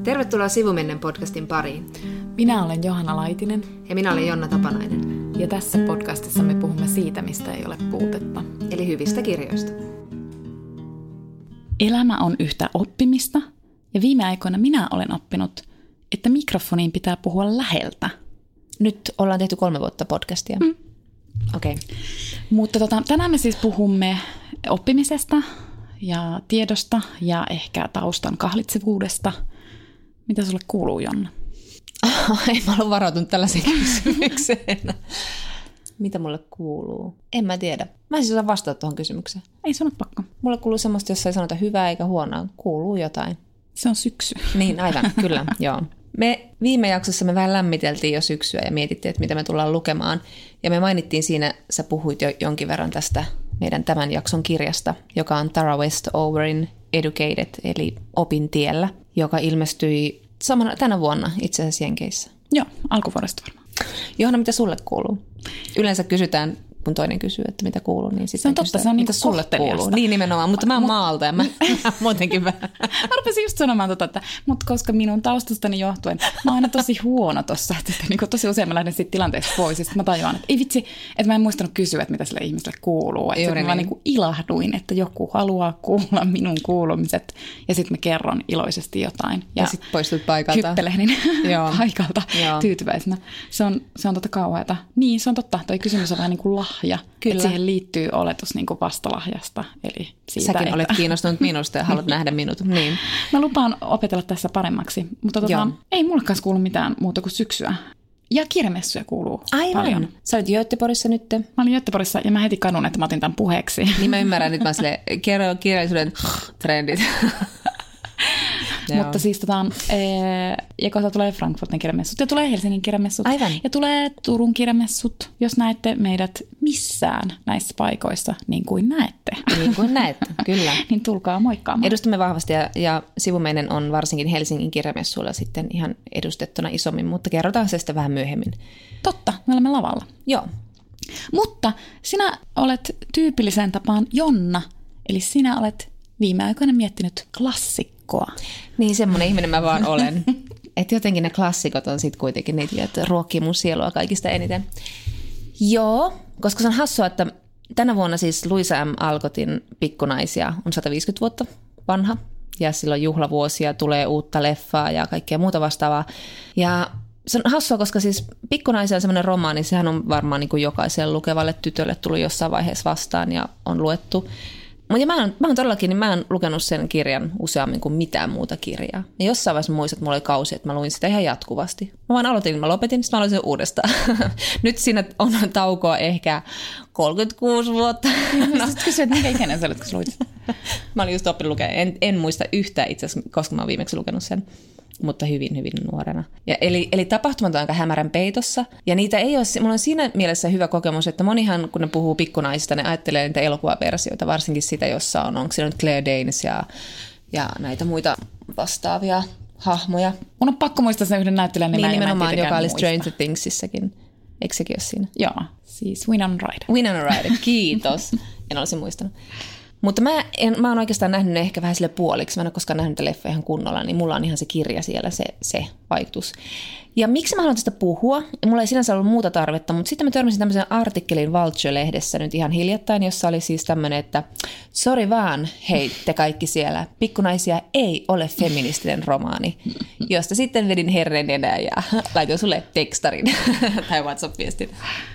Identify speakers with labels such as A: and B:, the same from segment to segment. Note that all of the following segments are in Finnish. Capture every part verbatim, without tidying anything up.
A: Tervetuloa Sivumennen podcastin pariin.
B: Minä olen Johanna Laitinen.
A: Ja minä olen Jonna Tapanainen.
B: Ja tässä podcastissa me puhumme siitä, mistä ei ole puutetta.
A: Eli hyvistä kirjoista.
B: Elämä on yhtä oppimista. Ja viime aikoina minä olen oppinut, että mikrofoniin pitää puhua läheltä.
A: Nyt ollaan tehty kolme vuotta podcastia. Mm. Okei. Okay.
B: Mutta tota, tänään me siis puhumme oppimisesta ja tiedosta ja ehkä taustan kahlitsevuudesta. Mitä sulle kuuluu, Jonna?
A: Oh, ei mä ollut varautunut tällaiseen kysymykseen. Mitä mulle kuuluu? En mä tiedä. Mä en siis osaa vastata tuohon kysymykseen.
B: Ei sano pakko.
A: Mulle kuuluu semmoista, jossa ei sanota hyvää eikä huonoa. Kuuluu jotain.
B: Se on syksy.
A: Niin, aivan. Kyllä, joo. Me viime jaksossa me vähän lämmiteltiin jo syksyä ja mietittiin, että mitä me tullaan lukemaan. Ja me mainittiin siinä, sä puhuit jo jonkin verran tästä meidän tämän jakson kirjasta, joka on Tara Westoverin Educated, eli Opin tiellä, joka ilmestyi samana tänä vuonna itse asiassa Jenkeissä.
B: Joo, alkuvuodesta varmaan.
A: Johanna, mitä sulle kuuluu? Yleensä kysytään, kun toinen kysyy, että mitä kuuluu, niin sitten
B: se on totta,
A: kysytään,
B: se on
A: mitä
B: niin
A: sulle kuuluu. Niin nimenomaan, mutta mä oon Mut... maalta ja mä muutenkin vähän.
B: Mä rupesin just sanomaan tota, että mutta koska minun taustastani johtuen, mä oon aina tosi huono tossa, että, että niin tosi usein mä lähden siitä tilanteesta pois, ja sitten mä tajuan, että ei vitsi, että mä en muistanut kysyä, että mitä sille ihmiselle kuuluu. Että
A: Juuri
B: mä niin. niin ilahduin, että joku haluaa kuulla minun kuulumiset, ja sitten mä kerron iloisesti jotain. Ja,
A: ja sitten poistut paikalta.
B: Hyppelehdin paikalta
A: Joo.
B: tyytyväisenä. Se on, se on totta kauheata. Niin, se on totta. Toi kysymys on vähän niin kuin lahja. Että siihen liittyy oletus niin kuin vastalahjasta. Eli siitä,
A: Säkin
B: että...
A: olet kiinnostunut minusta ja haluat nähdä minut. Niin.
B: Mä lupaan opetella tässä paremmaksi. Mutta tota, ei mullekaan kuulu mitään muuta kuin syksyä. Ja kirjamessuja kuuluu
A: Aivan. Paljon. Sä olet Göteborgissa nyt. Mä
B: olin Göteborgissa ja mä heti kadun, että mä otin tämän puheeksi.
A: Niin mä ymmärrän, nyt mä silleen, kerro kirjallisuuden trendit.
B: Mutta siis tota, ja kohta tulee Frankfurtin kirjamessut ja tulee Helsingin kirjamessut.
A: Aivan.
B: Ja tulee Turun kirjamessut, jos näette meidät missään näissä paikoissa, niin kuin näette.
A: Niin kuin näette, kyllä.
B: Niin tulkaa moikkaamaan.
A: Edustamme vahvasti ja, ja Sivumeinen on varsinkin Helsingin kirjamessuilla sitten ihan edustettuna isommin, mutta kerrotaan se sitten vähän myöhemmin.
B: Totta, me olemme lavalla.
A: Joo.
B: Mutta sinä olet tyypilliseen tapaan Jonna, eli sinä olet viime aikoina miettinyt klassikkoa.
A: Niin, semmoinen ihminen mä vaan olen. Että jotenkin ne klassikot on sitten kuitenkin niitä, että ruokkii mun sielua kaikista eniten. Joo, koska se on hassua, että tänä vuonna siis Louisa M. Alcottin Pikkunaisia on sata viisikymmentä vuotta vanha. Ja silloin juhlavuosia, tulee uutta leffaa ja kaikkea muuta vastaavaa. Ja se on hassua, koska siis Pikkunaisia on semmoinen romaani, sehän on varmaan niin kuin jokaiselle lukevalle tytölle tullut jossain vaiheessa vastaan ja on luettu. Mutta mä oon, mä oon todellakin, niin mä oon lukenut sen kirjan useammin kuin mitään muuta kirjaa. Ja jossain vaiheessa muistan, että mulla oli kausi, että mä luin sitä ihan jatkuvasti. Mä vaan aloitin, mä lopetin, sitten mä aloitin sen uudestaan. Nyt siinä on taukoa ehkä kolmekymmentäkuusi vuotta.
B: No. Sitten kysyä, että minkä ikäinen sä olet, kun sä luit?
A: Mä olin just oppinut lukea. En, en muista yhtään itse asiassa, koska mä oon viimeksi lukenut sen. Mutta hyvin, hyvin nuorena. Ja eli, eli tapahtumat on aika hämärän peitossa. Ja niitä ei ole, mulla on siinä mielessä hyvä kokemus, että monihan, kun ne puhuu pikkunaisista, ne ajattelee niitä elokuvaversioita, varsinkin sitä, jossa on, onko siellä nyt Claire Danes ja, ja näitä muita vastaavia hahmoja.
B: Mun on pakko muistaa sen yhden näyttelijän nimeä.
A: Niin nimenomaan, joka oli Stranger Thingsissäkin. Eikö sekin ole siinä?
B: Joo, siis Winona Ryder.
A: Winona Ryder, kiitos. En olisi muistanut. Mutta mä, en, mä oon oikeastaan nähnyt ne ehkä vähän sille puoliksi. Mä en ole koskaan nähnyt leffa ihan kunnolla, niin mulla on ihan se kirja siellä, se, se vaikutus. Ja miksi mä haluan tästä puhua? Mulla ei sinänsä ollut muuta tarvetta, mutta sitten mä törmäsin tämmöisen artikkelin Vulture-lehdessä nyt ihan hiljattain, jossa oli siis tämmöinen, että sori vaan, hei te kaikki siellä, Pikkunaisia ei ole feministinen romaani, josta sitten vedin herren enää ja laitoin sulle tekstarin tai WhatsApp-viestin.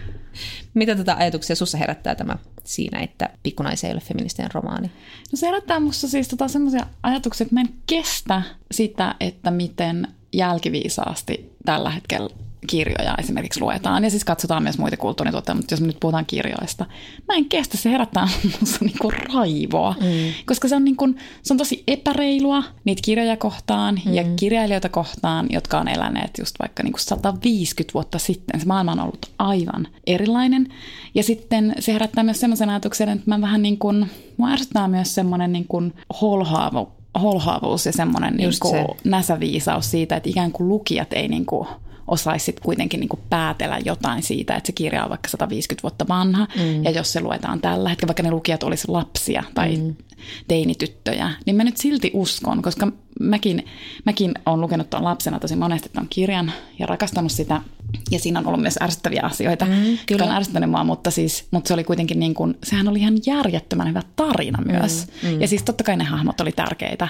A: Mitä tätä ajatuksia sussa herättää tämä siinä, että Pikkunaisia ei ole feministinen romaani?
B: No se herättää musta siis tota semmoisia ajatuksia, että mä en kestä sitä, että miten jälkiviisaasti tällä hetkellä kirjoja esimerkiksi luetaan. Ja siis katsotaan myös muita kulttuurituotteita, mutta jos me nyt puhutaan kirjoista, mä en kestä, se herättää musta niinku raivoa. Mm. Koska se on, niinku, se on tosi epäreilua niitä kirjoja kohtaan mm. ja kirjailijoita kohtaan, jotka on eläneet just vaikka niinku sata viisikymmentä vuotta sitten. Se maailma on ollut aivan erilainen. Ja sitten se herättää myös semmoisen ajatuksen, että mä vähän niin kuin, mua ärsyttää myös semmoinen niin kuin holhaavu, holhaavuus ja semmoinen niin kuin se näsäviisaus siitä, että ikään kuin lukijat ei niin kuin osaisi sitten kuitenkin niin kuin päätellä jotain siitä, että se kirja on vaikka sata viisikymmentä vuotta vanha, mm. ja jos se luetaan tällä hetkellä, vaikka ne lukijat olisi lapsia tai mm. teinityttöjä, niin mä nyt silti uskon, koska mäkin, mäkin olen lukenut tuon lapsena tosi monesti tuon kirjan ja rakastanut sitä. Ja siinä on ollut myös ärsyttäviä asioita, mm, jotka on ärsyttänyt mua, mutta, siis, mutta se oli kuitenkin niin kuin, sehän oli ihan järjettömän hyvä tarina myös. Mm, mm. Ja siis totta kai ne hahmot oli tärkeitä.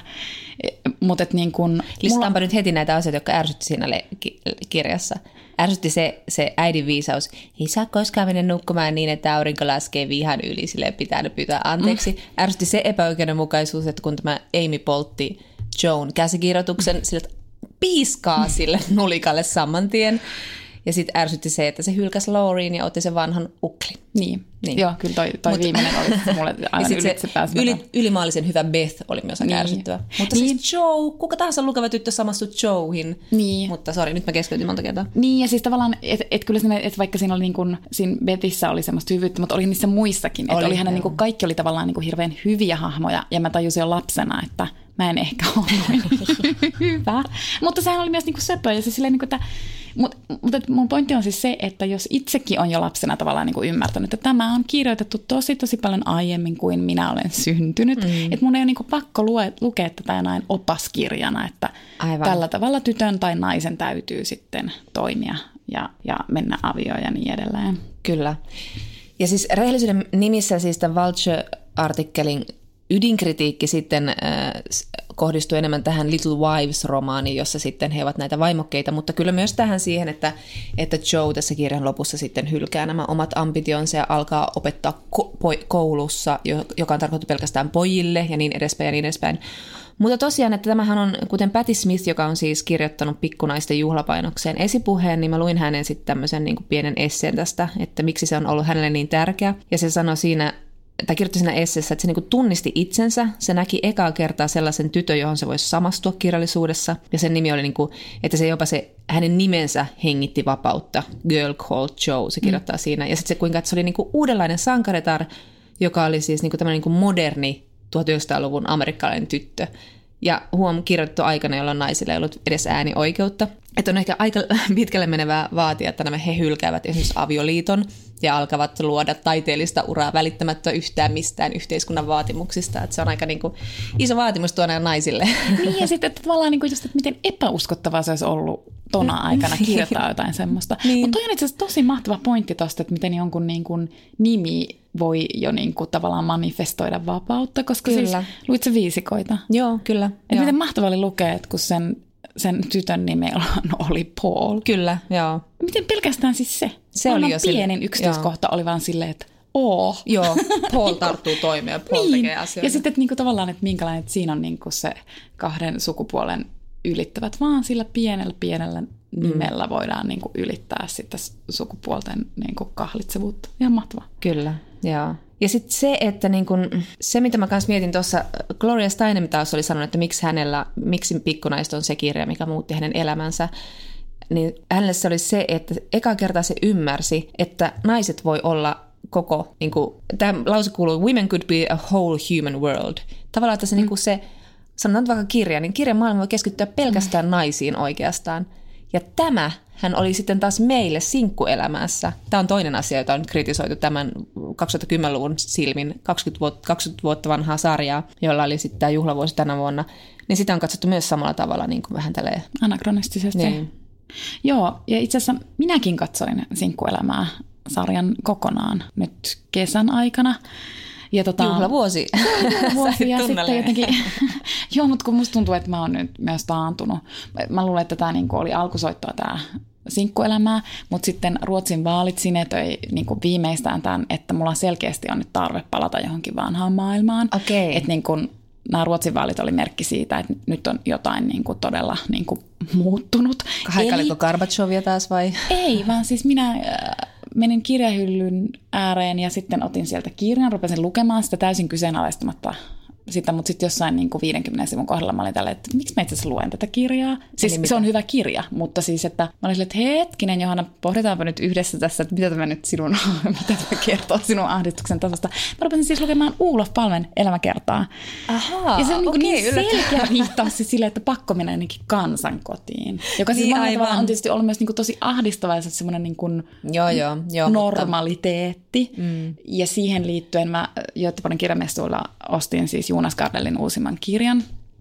B: Mutta et niin kuin...
A: Listaanpa mulla... nyt heti näitä asioita, jotka ärsytti siinä le- ki- kirjassa. Ärsytti se, se äidin viisaus. Ei saa koskaan mennä nukkumaan niin, että aurinko laskee vihan yli, silleen pitää pyytää anteeksi. Mm. Ärsytti se epäoikeudenmukaisuus, että kun tämä Amy poltti Joan käsikirjoituksen, mm. sillä piiskaa sille nulikalle saman tien. Ja sitten ärsytti se, että se hylkäsi Laureen ja otti sen vanhan uklin.
B: Niin, niin. Joo, kyllä toi, toi Mut, viimeinen oli mulle aina ylitse pääsemätön.
A: Yli, ylimaallisen hyvä Beth oli myös aika niin. ärsyttävä. Mutta niin. siis Joe, kuka tahansa lukeva tyttö samastui Joehin. Niin. Mutta sori, nyt mä keskeytin monta kertaa.
B: Niin, ja siis tavallaan, että et kyllä siinä, et vaikka siinä oli niin kuin, siinä Bethissä oli semmoista hyvyyttä, mutta oli niissä muissakin. Että oli, oli hänen, niin kuin, kaikki oli tavallaan niin kuin hirveän hyviä hahmoja, ja mä tajusin jo lapsena, että mä en ehkä ole noin hyvä. Mutta sehän oli myös niin kuin söpö, ja se silleen, niin kuin, että Mutta mut, mun pointti on siis se, että jos itsekin on jo lapsena tavallaan niin kuin ymmärtänyt, että tämä on kirjoitettu tosi tosi paljon aiemmin kuin minä olen syntynyt. Mm. Että mun ei ole niin kuin pakko lue, lukea tätä näin opaskirjana, että Aivan. tällä tavalla tytön tai naisen täytyy sitten toimia ja, ja mennä avioon ja niin edelleen.
A: Kyllä. Ja siis rehellisyyden nimissä siis tämän Vulture-artikkelin ydinkritiikki sitten äh, kohdistuu enemmän tähän Little Wives-romaaniin, jossa sitten he ovat näitä vaimokkeita, mutta kyllä myös tähän siihen, että, että Joe tässä kirjan lopussa sitten hylkää nämä omat ambitionsa ja alkaa opettaa ko- po- koulussa, joka on tarkoitettu pelkästään pojille ja niin edespäin ja niin edespäin. Mutta tosiaan, että tämähän on, kuten Patti Smith, joka on siis kirjoittanut Pikkunaisten juhlapainokseen esipuheen, niin mä luin hänen sitten tämmöisen niin kuin pienen esseen tästä, että miksi se on ollut hänelle niin tärkeä. Ja se sanoi siinä, tai kirjoitti siinä esseessä, että se niinku tunnisti itsensä, se näki ekaa kertaa sellaisen tytön, johon se voisi samastua kirjallisuudessa, ja sen nimi oli, niinku, että se jopa se, hänen nimensä hengitti vapautta, Girl Called Joe, se kirjoittaa mm. siinä, ja sitten se kuinka, että se oli niinku uudenlainen sankaritar, joka oli siis niinku tämmöinen niinku moderni tuhatyhdeksänsataaluvun amerikkalainen tyttö, ja huom kirjoitettu aikana, jolloin naisilla ei ollut edes äänioikeutta. Että on ehkä aika pitkälle menevää vaatia, että nämä he hylkäävät esimerkiksi avioliiton ja alkavat luoda taiteellista uraa välittämättä yhtään mistään yhteiskunnan vaatimuksista. Että se on aika niin kuin iso vaatimus tuonne naisille.
B: Niin ja sitten että tavallaan niin kuin just, että miten epäuskottavaa se olisi ollut tona aikana kirjoittaa jotain semmoista. Niin. Mutta toi on itse asiassa tosi mahtava pointti tosta, että miten jonkun niin kuin nimi voi jo niin kuin tavallaan manifestoida vapautta, koska kyllä. siis luit sä viisikoita?
A: Joo, kyllä.
B: Että miten mahtavaa oli lukea, että kun sen sen tytön nimi oli Paul.
A: Kyllä, joo.
B: Miten pelkästään siis se?
A: Se oli jo
B: pienin sille, yksityiskohta joo. oli vaan silleen, että oo.
A: Joo, Paul tarttuu toimeen, Paul niin. tekee asioita.
B: Ja sitten että niinku, tavallaan, että minkälainen, että siinä on niinku se kahden sukupuolen ylittävät, vaan sillä pienellä pienellä nimellä mm. voidaan niinku ylittää sitten sukupuolten niinku kahlitsevuutta. Ihan mahtavaa.
A: Kyllä, joo. Ja sitten se, että niin kun, se mitä mä kanssa mietin tuossa, Gloria Steinem taas oli sanonut, että miksi hänellä, miksi Pikkunaiset on se kirja, mikä muutti hänen elämänsä, niin hänelle se oli se, että eka kertaa se ymmärsi, että naiset voi olla koko, niin kuin, tämä lause kuuluu, women could be a whole human world. Tavallaan, että se, mm. niin kuin se sanotaan vaikka kirja, niin kirjan maailma voi keskittyä pelkästään mm. naisiin oikeastaan. Ja tämä hän oli sitten taas meille sinkkuelämässä. Tämä on toinen asia, jota on kritisoitu tämän kaksituhattakymmenluvun silmin, kaksikymmentä vuotta, kaksikymmentä vuotta vanhaa sarjaa, jolla oli sitten tämä juhlavuosi tänä vuonna. Niin sitä on katsottu myös samalla tavalla, niin kuin vähän tälleen.
B: Anakronistisesti. Niin. Joo, ja itse asiassa minäkin katsoin sinkkuelämää sarjan kokonaan nyt kesän aikana.
A: Ja tota, juhlavuosi.
B: Juhlavuosi ja sitten jotenkin, joo, mutta kun musta tuntuu, että mä oon nyt myös taantunut. Mä luulen, että tämä niinku oli alkusoittoa tämä sinkkuelämää, mutta sitten Ruotsin vaalit sinetöi niinku viimeistään tämän, että mulla selkeästi on nyt tarve palata johonkin vanhaan maailmaan.
A: Okei.
B: Että niinku, nämä Ruotsin vaalit oli merkki siitä, että nyt on jotain niinku todella niinku muuttunut.
A: Haikailiko Gorbachevia taas vai?
B: Ei, vaan siis minä menin kirjahyllyn ääreen ja sitten otin sieltä kirjan, rupesin lukemaan sitä täysin kyseenalaistamatta sitä, mutta sitten jossain niin kuin viidenkymmenen sivun kohdalla mä olin tälleen, että miksi mä itse asiassa luen tätä kirjaa. Siis se on hyvä kirja, mutta siis, että mä olin silleen, että hetkinen Johanna, pohditaanpa nyt yhdessä tässä, että mitä tämä nyt sinun, mitä tämä kertoo sinun ahdistuksen tasosta. Mä rupesin siis lukemaan Olof Palmen elämäkertaa.
A: Ahaa,
B: ja se on
A: okei,
B: niin selkeä viittaus siis silleen, että pakko mennä ainakin kansankotiin. Joka siis niin, on tietysti ollut myös niin kuin tosi ahdistava ja semmoinen niin kuin
A: joo, joo, joo,
B: normaliteetti.
A: Mutta, mm.
B: Ja siihen liittyen mä Göteborgin kirjamestoilla ostin siis Jonas Gardellin uusimman kirjan.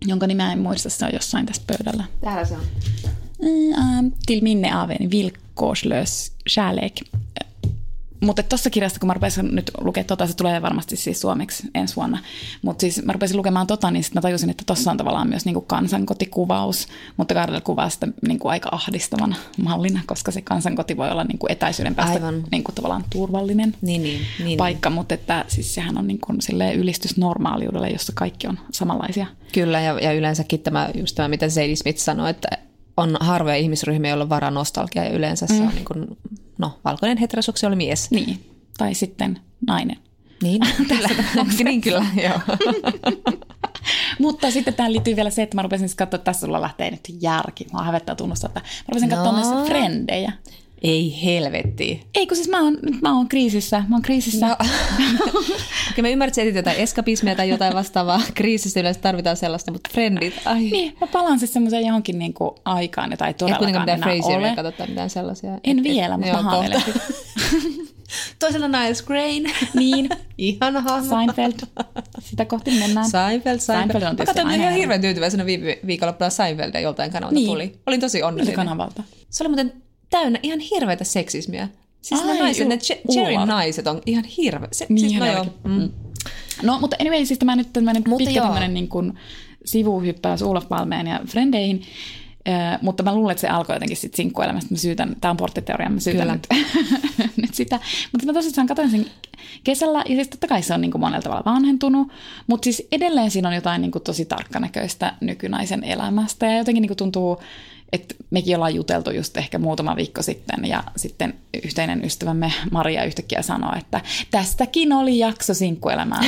B: jonka nimeä en muista, se on jossain tässä pöydällä.
A: Täällä se on.
B: Mm, till minne av en villkorslös kärlek. Mutta tuossa kirjasta, kun mä rupesin nyt lukemaan tota, se tulee varmasti siis suomeksi ensi vuonna, mutta siis mä rupesin lukemaan tota, niin sitten mä tajusin, että tuossa on tavallaan myös niinku kansankotikuvaus, mutta Gardel kuvaa sitä niinku aika ahdistavana mallina, koska se kansankoti voi olla niinku etäisyyden päästä niinku tavallaan turvallinen
A: niin, niin, niin,
B: paikka, niin. Mutta että siis sehän on niinku ylistys normaaliudelle, jossa kaikki on samanlaisia.
A: Kyllä, ja, ja yleensäkin tämä, just tämä, mitä Zadie Smith sanoi, että on harvoja ihmisryhmiä, joilla on varaa nostalgia, ja yleensä mm. se on niin kuin, no, valkoinen heteroseksuaali mies.
B: Niin, tai sitten nainen.
A: Niin, kyllä. niin kyllä, joo.
B: Mutta sitten tähän liittyy vielä se, että mä rupesin katsoa, että tässä sulla lähtee nyt järki. Mä hävettää tunnustaa, että mä rupesin no. katsoa myös Frendejä.
A: Ei helvetti.
B: Ei, kun siis mä oon, mä oon kriisissä. Mä oon kriisissä. No.
A: Okei, mä ymmärrän, että etit jotain eskapismia tai jotain vastaavaa. Kriisissä yleensä tarvitaan sellaista, mutta Friendit, ai.
B: Niin, mä palaan siis semmoiseen johonkin niinku aikaan, jota ei todellakaan enää ole. Et kuitenkaan mitään
A: Frasieria mitään sellaisia.
B: En et, vielä, et, mutta mä haaveilen.
A: Toisella Niles Crane.
B: Niin.
A: Ihana hahmo.
B: Seinfeld. Sitä kohti mennään.
A: Seinfeld, Seinfeld.
B: Seinfeld on
A: mä katsoin ihan hirveän tyytyväisenä viime viikonloppuna Seinfeldia joltain kanavalta niin. tuli. Olin tosi onnellinen.
B: Kanavalta.
A: Se oli muuten täynnä ihan hirveätä seksismiä. Siis ne naiset, ne Jerryn naiset on ihan hirveä. Se,
B: niin,
A: siis, no, joo. Mm.
B: No, mutta anyway, siis tämä nyt tämmöinen pitkä tämmöinen niin kuin sivuhyppäys Olof Palmeen ja Frendeihin. Äh, mutta mä luulen, että se alkoi jotenkin sitten sinkkuelämästä. Mä syytän, tämä on porttiteoria, mä syytän nyt, nyt sitä. Mutta mä tosissaan katsoin sen kesällä, ja siis totta kai se on niin kuin monella tavalla vanhentunut, mutta siis edelleen siinä on jotain niin kuin tosi tarkkanäköistä nykynaisen elämästä, ja jotenkin niin kuin tuntuu, että mekin ollaan juteltu just ehkä muutama viikko sitten, ja sitten yhteinen ystävämme Maria yhtäkkiä sanoi, että tästäkin oli jakso sinkkuelämää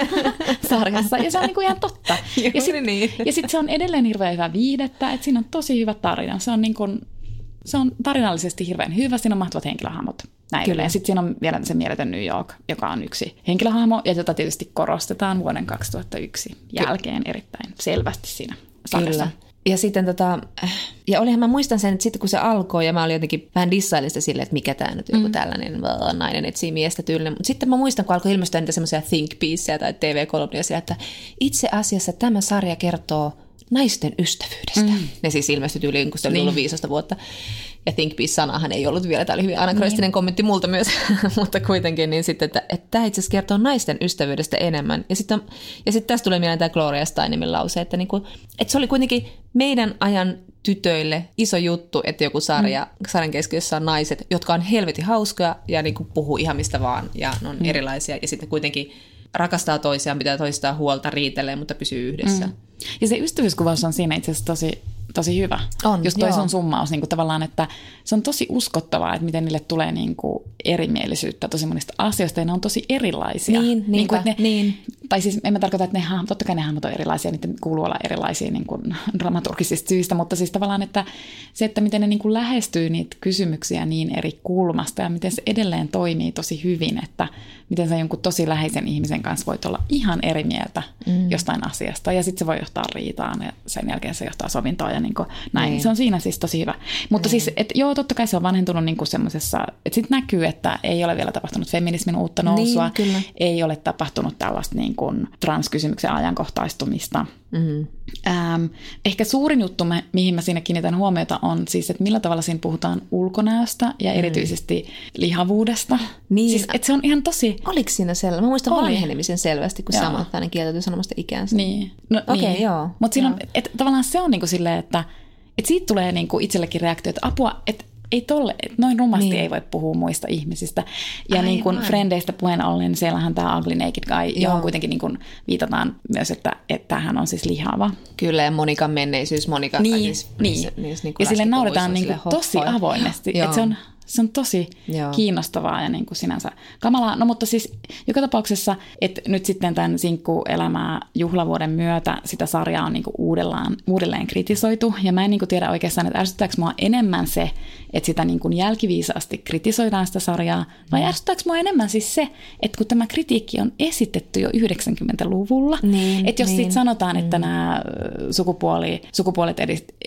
B: sarjassa, ja se on niin kuin ihan totta. Ja sitten niin. sit se on edelleen hirveän hyvä viihdettä, että siinä on tosi hyvä tarina. Se on, niin kuin, se on tarinallisesti hirveän hyvä, siinä on mahtavat henkilöhahmot. Näin. Ja sitten siinä on vielä se Mieletön New York, joka on yksi henkilöhahmo, ja jota tietysti korostetaan vuoden kaksituhattayksi jälkeen Ky- erittäin selvästi siinä sarjassa.
A: Kyllä. Ja sitten tota, ja olihan mä muistan sen, että sitten kun se alkoi, ja mä olin jotenkin vähän dissailista silleen, että mikä tää nyt joku mm. tällainen nainen etsii miestä tyylinen. Mutta sitten mä muistan, kun alkoi ilmestyä niitä semmoisia think pieceja tai T V-kolumnia sillä, että itse asiassa tämä sarja kertoo naisten ystävyydestä. Mm. Ne siis ilmestyi tyyliin, kun se oli niin. ollut viisitoista vuotta. Ja think piece-sanahan ei ollut vielä, tämä oli hyvin anakronistinen niin. kommentti multa myös, mutta kuitenkin niin sitten, että, että tämä itse asiassa kertoo naisten ystävyydestä enemmän. Ja sitten ja sit tästä tulee mieleen tämä Gloria Steinemin lause, että, niinku, että se oli kuitenkin meidän ajan tytöille iso juttu, että joku sarja, mm. sarjan keskiössä on naiset, jotka on helvetin hauskoja ja niinku puhuu ihan mistä vaan ja ne on mm. erilaisia ja sitten kuitenkin rakastaa toisiaan, pitää toistaan huolta, riitelee, mutta pysyy yhdessä. Mm.
B: Ja se ystävyyskuvaus on siinä itse asiassa tosi, tosi hyvä. On, just toi sun summaus niin kuin tavallaan, että se on tosi uskottavaa, että miten niille tulee niin kuin erimielisyyttä tosi monista asioista, ja ne on tosi erilaisia.
A: Niin,
B: niin, kuin,
A: ne,
B: niin. Tai siis en mä tarkoita, että ne hahmot, totta kai ne hahmot on erilaisia, niiden kuuluu olla erilaisia niin kuin dramaturgisista syistä, mutta siis tavallaan, että se, että miten ne niin kuin lähestyy niitä kysymyksiä niin eri kulmasta, ja miten se edelleen toimii tosi hyvin, että miten sä jonkun tosi läheisen ihmisen kanssa voit olla ihan eri mieltä mm. jostain asiasta, ja sitten se voi johtaa riitaan, ja sen jälkeen se johtaa sovintoon, ja niin kuin näin. Niin. Se on siinä siis tosi hyvä. Mutta niin. siis, että joo, totta kai se on vanhentunut niin kuin semmoisessa, että sitten näkyy, että ei ole vielä tapahtunut feminismin uutta nousua, niin, ei ole tapahtunut tällaista niin kuin transkysymyksen ajankohtaistumista. Mm-hmm. Ähm, ehkä suurin juttu, me, mihin mä siinä kiinnitän huomiota, on siis, että millä tavalla siinä puhutaan ulkonäöstä ja mm. erityisesti lihavuudesta. Niin. Siis, että se on ihan tosi...
A: Oliko siinä selvä? Mä muistan vanhenemisen selvästi, kun sama, että hänen kieltäytyy sanomasta ikäänsä.
B: Niin.
A: No, Okei, okay,
B: niin.
A: joo.
B: Mutta siinä on, että tavallaan se on niinku silleen, että et siitä tulee niinku itsellekin reaktio, että apua, että ei tolle, että noin rumasti niin. ei voi puhua muista ihmisistä. Ja niin kuin Frendeistä puheen ollen, niin siellähän tämä Ugly Naked Guy, johon kuitenkin niin kuin viitataan myös, että, että hän on siis lihava.
A: Kyllä, ja Monikan menneisyys, Monika.
B: Niin,
A: niissä,
B: niin.
A: Niissä, niissä, niin
B: ja sille nauretaan niin kuin tosi avoimesti. Että se on... Se on tosi Joo. kiinnostavaa ja niin kuin sinänsä kamalaa. No mutta siis joka tapauksessa, että nyt sitten tämän sinkkuelämää juhlavuoden myötä sitä sarjaa on niin kuin uudelleen, uudelleen kritisoitu. Ja mä en niin kuin tiedä oikeastaan, että ärsyttääkö mua enemmän se, että sitä niin kuin jälkiviisaasti kritisoidaan sitä sarjaa. Vai mm. ärsyttääkö mua enemmän siis se, että kun tämä kritiikki on esitetty jo yhdeksänkymmentäluvulla. Niin, että jos niin. sitten sanotaan, että mm. nämä sukupuoli, sukupuolet edist,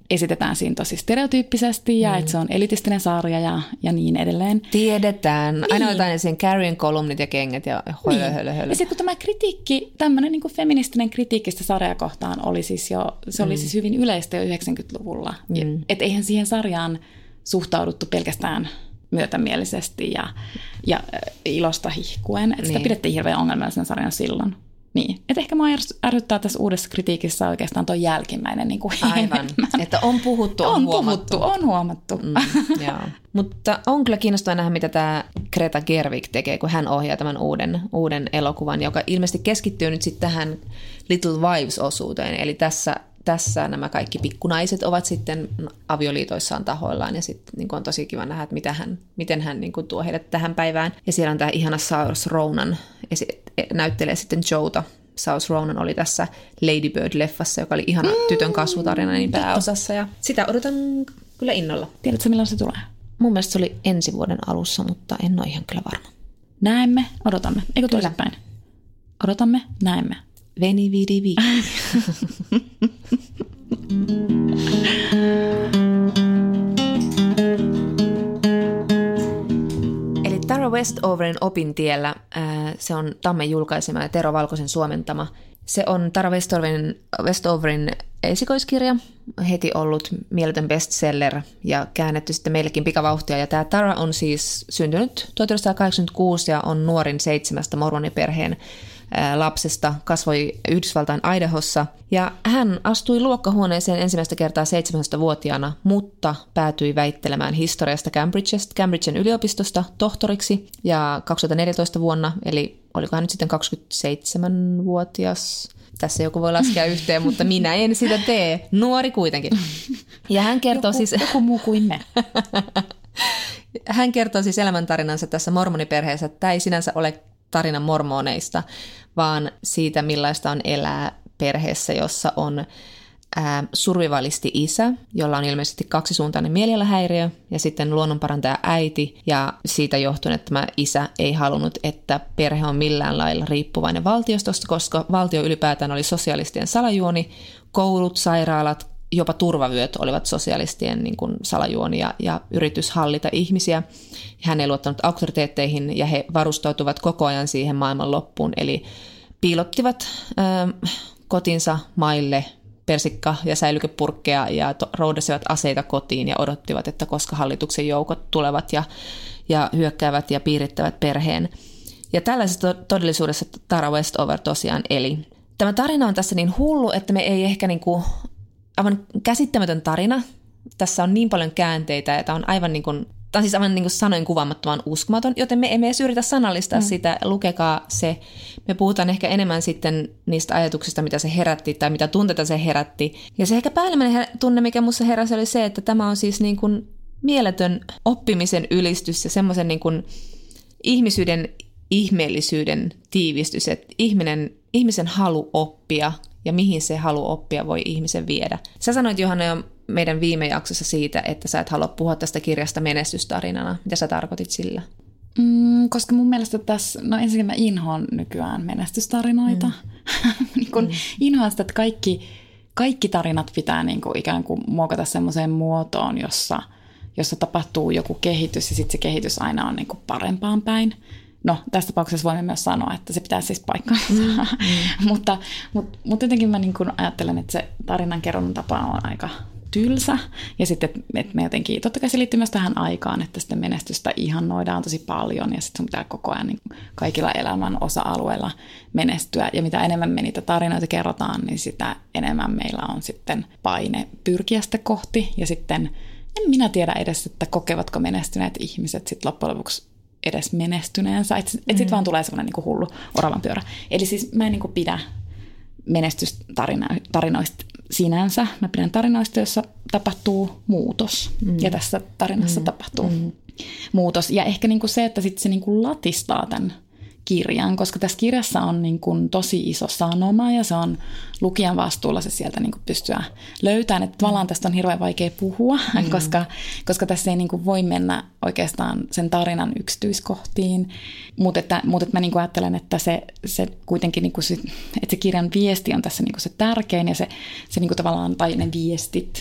B: esitetään siinä tosi stereotyyppisesti ja mm. että se on elitistinen sarja ja, ja niin edelleen.
A: Tiedetään.
B: Niin.
A: Aina otetaan sen Carrien kolumnit ja kengät ja hölö,
B: niin.
A: hölö, hölö.
B: Ja sitten kun tämä kritiikki, tämmöinen niin kuin feministinen kritiikki sitä sarjaa kohtaan oli siis jo, se oli mm. siis hyvin yleistä jo yhdeksänkymmentäluvulla. Mm. Että eihän siihen sarjaan suhtauduttu pelkästään myötämielisesti ja, ja ilosta hihkuen. Että sitä niin. pidettiin hirveän ongelmallisena sarjan silloin. Niin. Että ehkä mua ärsyttää tässä uudessa kritiikissä oikeastaan tuo jälkimmäinen niin kuin
A: aivan. Että on puhuttu, on,
B: on
A: huomattu.
B: puhuttu, on huomattu.
A: Mm, joo. Mutta on kyllä kiinnostavaa nähdä, mitä tämä Greta Gerwig tekee, kun hän ohjaa tämän uuden, uuden elokuvan, joka ilmeisesti keskittyy nyt sitten tähän Little Wives-osuuteen. Eli tässä, tässä nämä kaikki pikkunaiset ovat sitten avioliitoissaan tahoillaan ja sitten niin on tosi kiva nähdä, että mitä hän, miten hän niin tuo heidät tähän päivään. Ja siellä on tämä ihana Saoirse Ronan, näyttelee sitten Joeta. Saoirse Ronan oli tässä Lady Bird-leffassa, joka oli ihana mm, tytön kasvutarina niin pääosassa. Ja sitä odotan kyllä innolla.
B: Tiedätkö, milloin se tulee?
A: Mun mielestä se oli ensi vuoden alussa, mutta en ole ihan kyllä varma.
B: Näemme, odotamme. Eikö toisinpäin? Odotamme, näemme.
A: Veni vidi vi. Eli Tara Westoverin Opintiellä, se on Tammen julkaisema ja Tero Valkosen suomentama. Se on Tara Westoverin, Westoverin esikoiskirja, heti ollut mieletön bestseller ja käännetty sitten meillekin pikavauhtia. Ja tämä Tara on siis syntynyt tuhatyhdeksänsataakahdeksankymmentäkuusi ja on nuorin seitsemästä mormoniperheen lapsesta, kasvoi Yhdysvaltain Idahossa ja hän astui luokkahuoneeseen ensimmäistä kertaa seitsemäntoistavuotiaana, mutta päätyi väittelemään historiasta Cambridgesta, Cambridgen yliopistosta tohtoriksi ja kaksituhattaneljätoista vuonna, eli olikohan nyt sitten kaksikymmentäseitsemänvuotias, tässä joku voi laskea yhteen, mutta minä en sitä tee, nuori kuitenkin. Ja hän kertoo
B: joku,
A: siis...
B: Joku muu kuin me.
A: Hän kertoo siis elämäntarinansa tässä mormoniperheessä, että tämä ei sinänsä ole tarina mormoneista, vaan siitä, millaista on elää perheessä, jossa on ää, survivalisti isä, jolla on ilmeisesti kaksisuuntainen mielialahäiriö, ja sitten luonnonparantaja äiti, ja siitä johtuen, että tämä isä ei halunnut, että perhe on millään lailla riippuvainen valtiostosta, koska valtio ylipäätään oli sosialistien salajuoni, koulut, sairaalat, jopa turvavyöt olivat sosialistien niin kuin salajuonia ja yritys hallita ihmisiä. Hän ei luottanut auktoriteetteihin ja he varustautuvat koko ajan siihen maailman loppuun. Eli piilottivat äh, kotinsa maille persikka- ja säilykepurkkeja ja to- roudasivat aseita kotiin ja odottivat, että koska hallituksen joukot tulevat ja, ja hyökkäävät ja piirittävät perheen. Ja tällaisessa to- todellisuudessa Tara Westover tosiaan eli. Tämä tarina on tässä niin hullu, että me ei ehkä niin kuin aivan käsittämätön tarina. Tässä on niin paljon käänteitä, että on aivan niin kuin, tämä on siis aivan niin kuin sanoin kuvaamattoman uskomaton, joten me emme edes yritä sanallistaa mm. sitä, lukekaa se. Me puhutaan ehkä enemmän sitten niistä ajatuksista, mitä se herätti tai mitä tunteita se herätti. Ja se ehkä päällimmäinen tunne, mikä minussa heräsi, oli se, että tämä on siis niin kuin mieletön oppimisen ylistys ja semmoisen niin kuin ihmisyyden ihmeellisyyden tiivistys, että ihminen, ihmisen halu oppia ja mihin se halu oppia voi ihmisen viedä. Sä sanoit, Johanna, jo meidän viime jaksossa siitä, että sä et halua puhua tästä kirjasta menestystarinana. Mitä sä tarkoitit sillä?
B: Mm, koska mun mielestä tässä, no ensinnäkin mä inhoan nykyään menestystarinoita. Mm. niin kun mm. inhoan sitä, että kaikki, kaikki tarinat pitää niin kuin ikään kuin muokata semmoiseen muotoon, jossa, jossa tapahtuu joku kehitys ja sitten se kehitys aina on niin kuin parempaan päin. No, tässä tapauksessa voimme myös sanoa, että se pitää siis paikkaansa. Mm, mm. mutta, mutta, mutta jotenkin mä niin kuin ajattelen, että se tarinankerronnan tapa on aika tylsä. Ja sitten, että me jotenkin, totta kai se liittyy myös tähän aikaan, että sitten menestystä ihannoidaan tosi paljon. Ja sitten sun pitää koko ajan niin kaikilla elämän osa-alueilla menestyä. Ja mitä enemmän me niitä tarinoita kerrotaan, niin sitä enemmän meillä on sitten paine pyrkiä sitä kohti. Ja sitten en minä tiedä edes, että kokevatko menestyneet ihmiset sitten loppujen lopuksi edes menestyneensä, että et sitten mm. vaan tulee semmoinen niinku hullu oravan pyörä. Eli siis mä en niinku pidä menestystarinoista sinänsä. Mä pidän tarinoista, joissa tapahtuu muutos. Mm. Ja tässä tarinassa mm. tapahtuu mm. muutos. Ja ehkä niinku se, että sit se niinku latistaa tämän kirjan, koska tässä kirjassa on niin kuin tosi iso sanoma ja se on lukijan vastuulla se sieltä niin kuin pystyä löytämään. Että tavallaan tästä on hirveän vaikea puhua, mm. koska, koska tässä ei niin kuin voi mennä oikeastaan sen tarinan yksityiskohtiin. Mutta että, mutta että mä niin kuin ajattelen, että se, se kuitenkin, niin kuin se, että se kirjan viesti on tässä niin kuin se tärkein ja se, se niin kuin tavallaan, tai ne viestit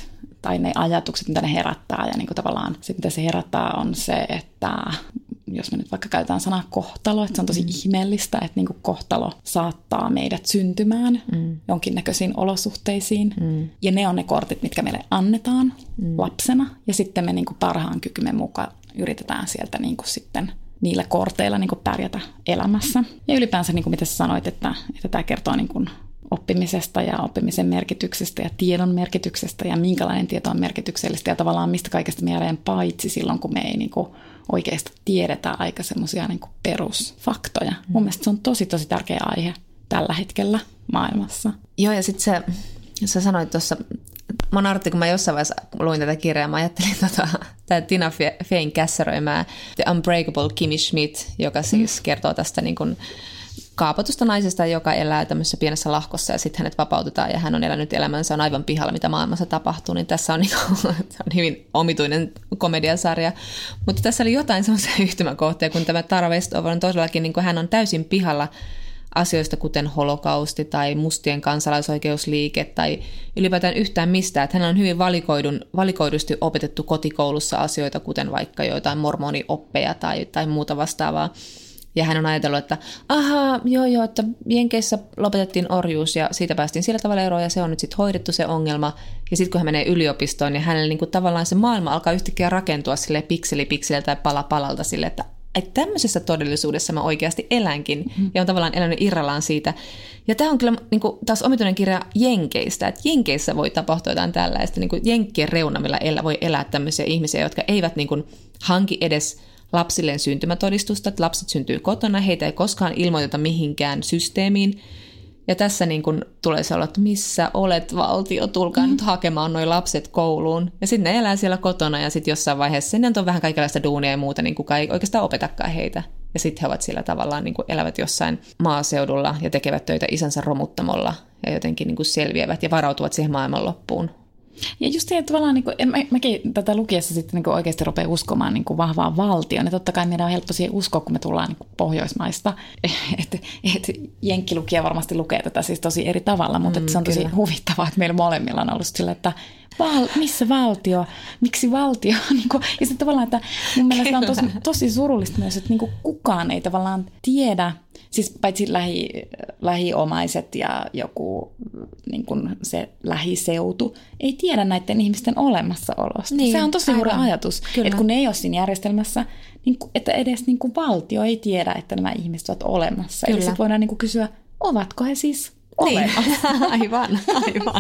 B: tai ne ajatukset, mitä ne herättää. Ja niin kuin tavallaan se, mitä se herättää, on se, että jos me nyt vaikka käytetään sanaa kohtalo, että se on tosi mm. ihmeellistä, että niin kuin kohtalo saattaa meidät syntymään mm. jonkinnäköisiin olosuhteisiin. Mm. Ja ne on ne kortit, mitkä meille annetaan mm. lapsena. Ja sitten me niin kuin parhaan kykymme mukaan yritetään sieltä niin kuin sitten niillä korteilla niin kuin pärjätä elämässä. Ja ylipäänsä, niin kuin mitä sä sanoit, että, että tämä kertoo niin kuin oppimisesta ja oppimisen merkityksestä ja tiedon merkityksestä ja minkälainen tieto on merkityksellistä ja tavallaan mistä kaikesta me jäädään paitsi silloin, kun me ei niin kuin oikeasti tiedetä aika semmoisia niin kuin perusfaktoja. Mm. Mun mielestä se on tosi, tosi tärkeä aihe tällä hetkellä maailmassa.
A: Joo, ja sitten sä, sä sanoit tuossa, Monartti, kun mä jossain vaiheessa luin tätä kirjaa, mä ajattelin tota, tämä Tina Feyn kässäröimää The Unbreakable Kimmy Schmidt, joka siis mm. kertoo tästä niin kuin kaapatusta naisesta, joka elää tämmöisessä pienessä lahkossa ja sitten hänet vapautetaan ja hän on elänyt elämänsä, on aivan pihalla, mitä maailmassa tapahtuu, niin tässä on, niinku, on hyvin omituinen komediasarja. Mutta tässä oli jotain semmoisia yhtymäkohtia, kun tämä Tara Westover on todellakin, niin kuin hän on täysin pihalla asioista, kuten holokausti tai mustien kansalaisoikeusliike tai ylipäätään yhtään mistään. Että hän on hyvin valikoidun, valikoidusti opetettu kotikoulussa asioita, kuten vaikka joitain mormonioppeja tai, tai muuta vastaavaa. Ja hän on ajatellut, että ahaa, joo joo, että Jenkeissä lopetettiin orjuus ja siitä päästiin sillä tavalla eroon ja se on nyt sitten hoidettu se ongelma. Ja sitten kun hän menee yliopistoon, niin hänelle niinku tavallaan se maailma alkaa yhtäkkiä rakentua sille pikseli pikseliltä tai pala palalta sille, että, että tämmöisessä todellisuudessa mä oikeasti elänkin mm. ja on tavallaan elänyt irrallaan siitä. Ja tämä on kyllä niinku, taas omituinen kirja Jenkeistä, että Jenkeissä voi tapahtua jotain tällaista. Niinku Jenkkien reunamilla elä, voi elää tämmöisiä ihmisiä, jotka eivät niinku hanki edes lapsilleen syntymätodistusta, että lapset syntyy kotona, heitä ei koskaan ilmoiteta mihinkään systeemiin. Ja tässä niin kun tulee se olla, että missä olet valtio, tulkaa mm. nyt hakemaan noi lapset kouluun. Ja sitten ne elää siellä kotona ja sitten jossain vaiheessa sinne on vähän kaikenlaista duunia ja muuta, niin kukaan ei oikeastaan opetakaan heitä. Ja sitten he ovat sillä tavallaan, niin kuin elävät jossain maaseudulla ja tekevät töitä isänsä romuttamolla ja jotenkin niin kuin selviävät ja varautuvat siihen maailmanloppuun.
B: Ja just se, että tavallaan, niin kuin, mä, mäkin tätä lukiessa sitten niin kuin oikeasti rupeaa uskomaan niin kuin vahvaan valtioon. Ja totta kai meidän on helppo siihen uskoa, kun me tullaan niin kuin Pohjoismaista. Että et, jenkkilukija varmasti lukee tätä siis tosi eri tavalla, mutta mm, se on tosi kyllä huvittavaa, että meillä molemmilla on ollut sillä, että val, missä valtio, miksi valtio? Niin kuin, ja sitten tavallaan, että mun mielestä on tosi, tosi surullista myös, että niin kuin kukaan ei tavallaan tiedä, siis paitsi lähi, lähiomaiset ja joku niin kuin se lähiseutu, ei tiedä näiden ihmisten olemassaolosta. Niin, se on tosi hurja ajatus, kyllä, että kun ne ei ole siinä järjestelmässä, niin kuin, että edes niin kuin valtio ei tiedä, että nämä ihmiset ovat olemassa. Kyllä. Eli sitten voidaan niin kuin kysyä, ovatko he siis olemassa?
A: Niin. Aivan, aivan.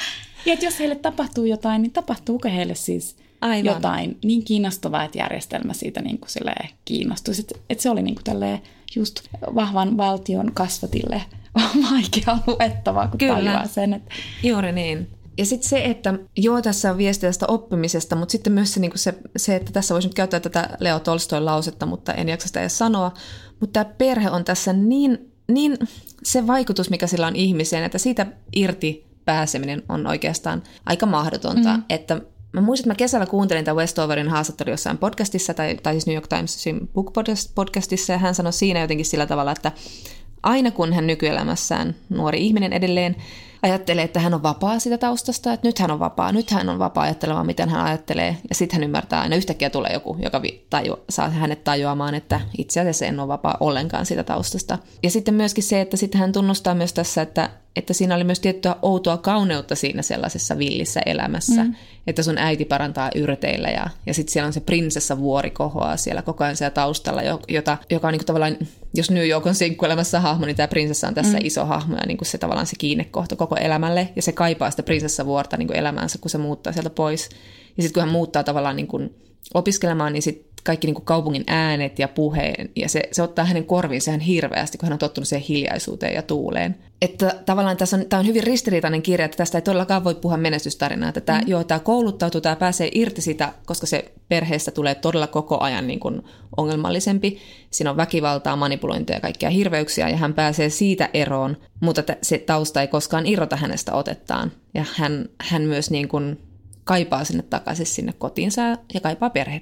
B: Ja että jos heille tapahtuu jotain, niin tapahtuuko heille siis aivan jotain niin kiinnostavaa, että järjestelmä siitä niin kuin kiinnostuisi. Että, että se oli niin kuin tälleen just vahvan valtion kasvatille vaikea luettavaa, kun kyllä tajuaa sen. Että
A: juuri niin. Ja sitten se, että joo, tässä on viestiä tästä oppimisesta, mutta sitten myös se, niin kuin se, se, että tässä voisi nyt käyttää tätä Leo Tolstoin lausetta, mutta en jaksa sitä edes sanoa. Mutta tämä perhe on tässä niin, niin se vaikutus, mikä sillä on ihmiseen, että siitä irti pääseminen on oikeastaan aika mahdotonta. Mm. Että mä muistan, että mä kesällä kuuntelin tämän Westoverin haastattelu jossain podcastissa, tai, tai siis New York Timesin book podcastissa, ja hän sanoi siinä jotenkin sillä tavalla, että aina kun hän nykyelämässään, nuori ihminen edelleen, ajattelee, että hän on vapaa sitä taustasta, että nyt hän on vapaa, nyt hän on vapaa ajattelemaan, miten hän ajattelee, ja sitten hän ymmärtää aina, yhtäkkiä tulee joku, joka taju, saa hänet tajuamaan, että itse asiassa en ole vapaa ollenkaan sitä taustasta. Ja sitten myöskin se, että sitten hän tunnustaa myös tässä, että, että siinä oli myös tiettyä outoa kauneutta siinä sellaisessa villissä elämässä, mm. että sun äiti parantaa yrteillä, ja, ja sitten siellä on se prinsessa vuori kohoaa siellä koko ajan siellä taustalla, jota, joka on niin kuin tavallaan, jos New York on sinkkuelämässä hahmo, niin tämä prinsessa on tässä mm. iso hahmo, ja niin kuin se tavallaan se kiinnekohta koko elämälle, ja se kaipaa sitä prinsessavuorta niin kuin elämäänsä, kun se muuttaa sieltä pois. Ja sitten kun hän muuttaa tavallaan niin kuin opiskelemaan, niin sitten kaikki niin kuin kaupungin äänet ja puheen, ja se, se ottaa hänen korviinsa ihan hirveästi, kun hän on tottunut siihen hiljaisuuteen ja tuuleen. Että tavallaan tässä on, tämä on hyvin ristiriitainen kirja, että tästä ei todellakaan voi puhua menestystarinaa, että tämä, mm. joo, tämä kouluttautuu, tämä pääsee irti sitä, koska se perheestä tulee todella koko ajan niin kuin ongelmallisempi. Siinä on väkivaltaa, manipulointia ja kaikkia hirveyksiä, ja hän pääsee siitä eroon, mutta se tausta ei koskaan irrota hänestä otettaan. Ja hän, hän myös niin kuin kaipaa sinne takaisin sinne kotiinsa ja kaipaa perhettään.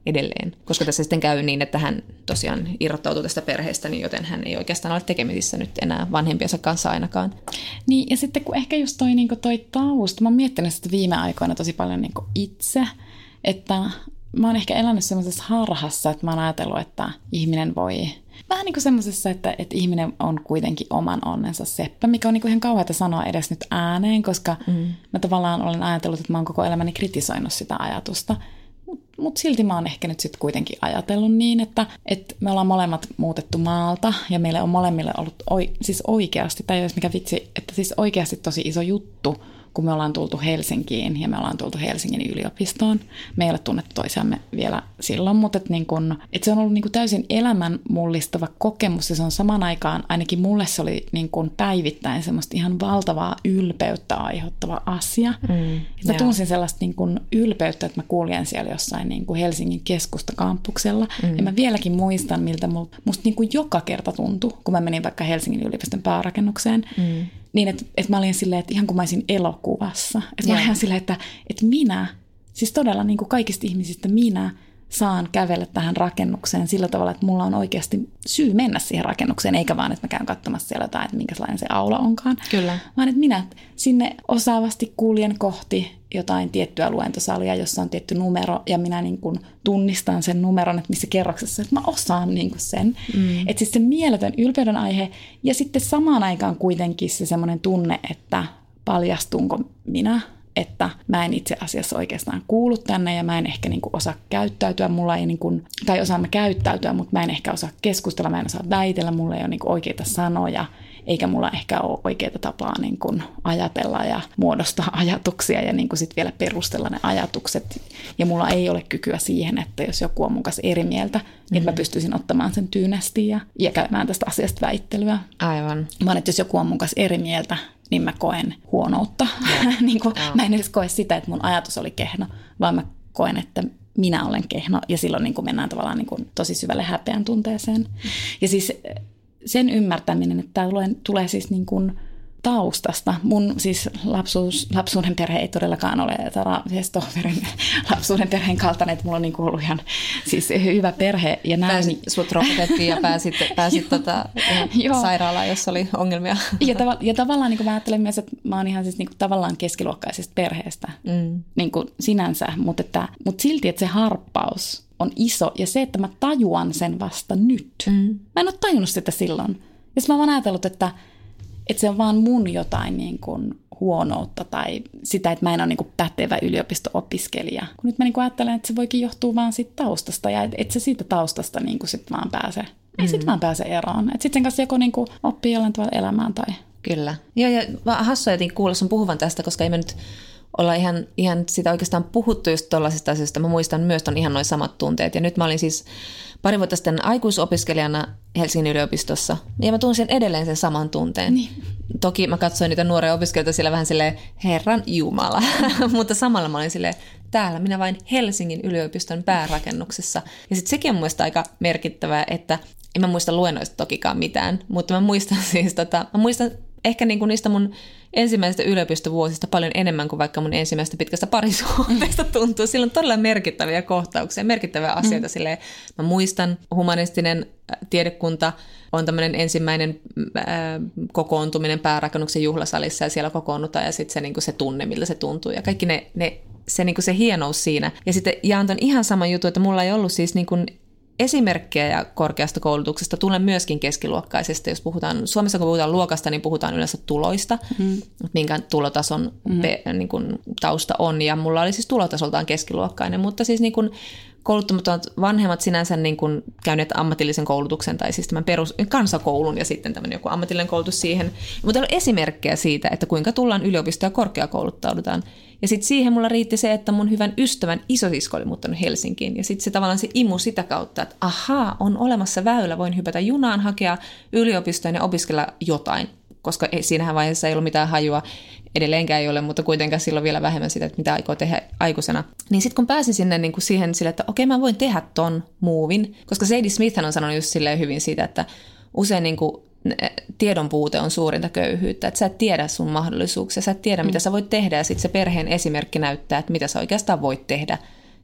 A: edelleen. Koska tässä sitten käy niin, että hän tosiaan irrottautuu tästä perheestä, niin joten hän ei oikeastaan ole tekemisissä nyt enää vanhempiensa kanssa ainakaan.
B: Niin, ja sitten kun ehkä just toi, niin toi tausta, mä oon miettinyt sitä viime aikoina tosi paljon niin itse, että mä oon ehkä elänyt semmoisessa harhassa, että mä oon ajatellut, että ihminen voi... Vähän niin kuin semmoisessa, että, että ihminen on kuitenkin oman onnensa seppä, mikä on niin kuin ihan kauheata sanoa edes nyt ääneen, koska mm. mä tavallaan olen ajatellut, että mä oon koko elämäni kritisoinut sitä ajatusta. Mutta mut silti mä oon ehkä nyt sitten kuitenkin ajatellut niin, että, että me ollaan molemmat muutettu maalta ja meille on molemmille ollut oi, siis oikeasti, tai jos mikä vitsi, että siis oikeasti tosi iso juttu, kun me ollaan tultu Helsinkiin ja me ollaan tultu Helsingin yliopistoon. Me ei ole tunnettu toisiamme vielä silloin, mutta et niin kun, et se on ollut niin kun täysin elämän mullistava kokemus ja se on saman aikaan, ainakin mulle se oli niin kun päivittäin semmoista ihan valtavaa ylpeyttä aiheuttava asia. Mm, mä tunsin sellaista niin kun ylpeyttä, että mä kuljen siellä jossain niin kun Helsingin keskustakampuksella. Mm. Ja mä vieläkin muistan, miltä musta niin kun joka kerta tuntui, kun mä menin vaikka Helsingin yliopiston päärakennukseen. Mm. Niin, että, että mä olin silleen, että ihan kuin mä olisin elokuvassa. Että mä olin ihan silleen, että, että minä, siis todella niin kuin kaikista ihmisistä minä saan kävellä tähän rakennukseen sillä tavalla, että mulla on oikeasti syy mennä siihen rakennukseen, eikä vaan, että mä käyn katsomassa siellä jotain, että minkälainen se aula onkaan.
A: Kyllä.
B: Vaan, että minä sinne osaavasti kuljen kohti jotain tiettyä luentosalia, jossa on tietty numero, ja minä niin kuin tunnistan sen numeron, että missä kerroksessa, että mä osaan niin kuin sen. Mm. Että siis se mieletön ylpeyden aihe, ja sitten samaan aikaan kuitenkin se semmoinen tunne, että paljastunko minä, että mä en itse asiassa oikeastaan kuulu tänne ja mä en ehkä niinku osaa käyttäytyä, mulla ei niinku, tai osaamme käyttäytyä, mutta mä en ehkä osaa keskustella, mä en osaa väitellä, mulla ei ole niinku oikeita sanoja, eikä mulla ehkä ole oikeita tapaa niinku ajatella ja muodostaa ajatuksia ja niinku sit vielä perustella ne ajatukset. Ja mulla ei ole kykyä siihen, että jos joku on mun kanssa eri mieltä, mm-hmm. niin mä pystyisin ottamaan sen tyynesti ja, ja käymään tästä asiasta väittelyä.
A: Aivan.
B: Vaan että jos joku on mun kanssa eri mieltä, niin mä koen huonoutta. niin kuin, mä en edes koe sitä, että mun ajatus oli kehno, vaan mä koen, että minä olen kehno. Ja silloin niin kuin mennään tavallaan niin kuin tosi syvälle häpeän tunteeseen. Ja siis sen ymmärtäminen, että tämä tulee, tulee siis niin kuin taustasta. Mun siis lapsuus, lapsuuden perhe ei todellakaan ole Tara Westoverin lapsuuden perheen kaltainen, että mulla on niin kuin ollut ihan siis hyvä perhe. Ja näin.
A: Pääsit, sut rokotettiin ja pääsit, pääsit tota, sairaalaan, jossa oli ongelmia.
B: ja, tav- ja tavallaan niin kuin mä ajattelen myös, että mä oon ihan siis niin kuin tavallaan keskiluokkaisesta perheestä mm. niin kuin sinänsä, mutta, että, mutta silti, että se harppaus on iso ja se, että mä tajuan sen vasta nyt. Mm. Mä en ole tajunnut sitä silloin. Ja mä oon ajatellut, että että se on vaan mun jotain niin kuin huonoutta tai sitä, että mä en ole niin kuin pätevä yliopisto-opiskelija. Kun nyt mä niin kuin ajattelen, että se voikin johtua vaan siitä taustasta ja että et se siitä taustasta niin kuin sit vaan pääse. Ei mm-hmm. sit vaan pääse eroon. Että sitten sen kanssa joko niin kuin oppii jollain tavalla elämään tai...
A: Kyllä. Joo, ja hassua jotenkin kuulla sun puhuvan tästä, koska ei me nyt olla ihan, ihan sitä oikeastaan puhuttu just tuollaisista asioista. Mä muistan myös ton ihan noin samat tunteet. Ja nyt mä olin siis pari vuotta sitten aikuisopiskelijana Helsingin yliopistossa. Ja mä tunsin edelleen sen saman tunteen. Niin. Toki mä katsoin niitä nuoria opiskelijoita siellä vähän silleen, Herran Jumala. Mutta samalla mä olin silleen, täällä minä vain Helsingin yliopiston päärakennuksessa. Ja sitten sekin on mun mielestä aika merkittävää, että en mä muista luennoista tokikaan mitään. Mutta mä muistan siis, tota, mä muistan ehkä niinku niistä mun ensimmäisistä yliopistovuosista paljon enemmän kuin vaikka mun ensimmäistä pitkästä parisuhteesta tuntuu. Sillä on todella merkittäviä kohtauksia, merkittäviä asioita. Mm. Silleen, mä muistan, humanistinen tiedekunta on tämmöinen ensimmäinen äh, kokoontuminen päärakennuksen juhlasalissa ja siellä kokoonnutaan ja sitten se, niinku se tunne, miltä se tuntuu ja kaikki ne, ne, se, niinku se hienous siinä. Ja sitten jaan ton ihan saman jutun, että mulla ei ollut siis niinku esimerkkejä ja korkeasta koulutuksesta, tulen myöskin keskiluokkaisesta. Jos puhutaan, Suomessa kun puhutaan luokasta, niin puhutaan yleensä tuloista, mm. minkä tulotason mm. pe, niin kuin, tausta on. Ja mulla oli siis tulotasoltaan keskiluokkainen, mutta siis niin kuin, kouluttamattomat vanhemmat sinänsä niin kuin, käyneet ammatillisen koulutuksen tai siis tämän perus, kansakoulun ja sitten tämmöinen joku ammatillinen koulutus siihen. Mutta on esimerkkejä siitä, että kuinka tullaan yliopistoon ja korkeakouluttaudutaan. Ja sitten siihen mulla riitti se, että mun hyvän ystävän isosisko oli muuttanut Helsinkiin. Ja sitten se tavallaan se imu sitä kautta, että ahaa, on olemassa väylä, voin hypätä junaan, hakea yliopistoon ja opiskella jotain. Koska siinähän vaiheessa ei ollut mitään hajua, edelleenkään ei ole, mutta kuitenkaan silloin vielä vähemmän sitä, että mitä aikoo tehdä aikuisena. Niin sitten kun pääsin sinne niin kuin siihen sille, että okei, mä voin tehdä ton muuvin, koska Sadie Smith on sanonut just silleen hyvin siitä, että usein niin kuin tiedon puute on suurinta köyhyyttä, että sä et tiedä sun mahdollisuuksia, sä et tiedä, mm. mitä sä voit tehdä, ja sitten se perheen esimerkki näyttää, että mitä sä oikeastaan voit tehdä.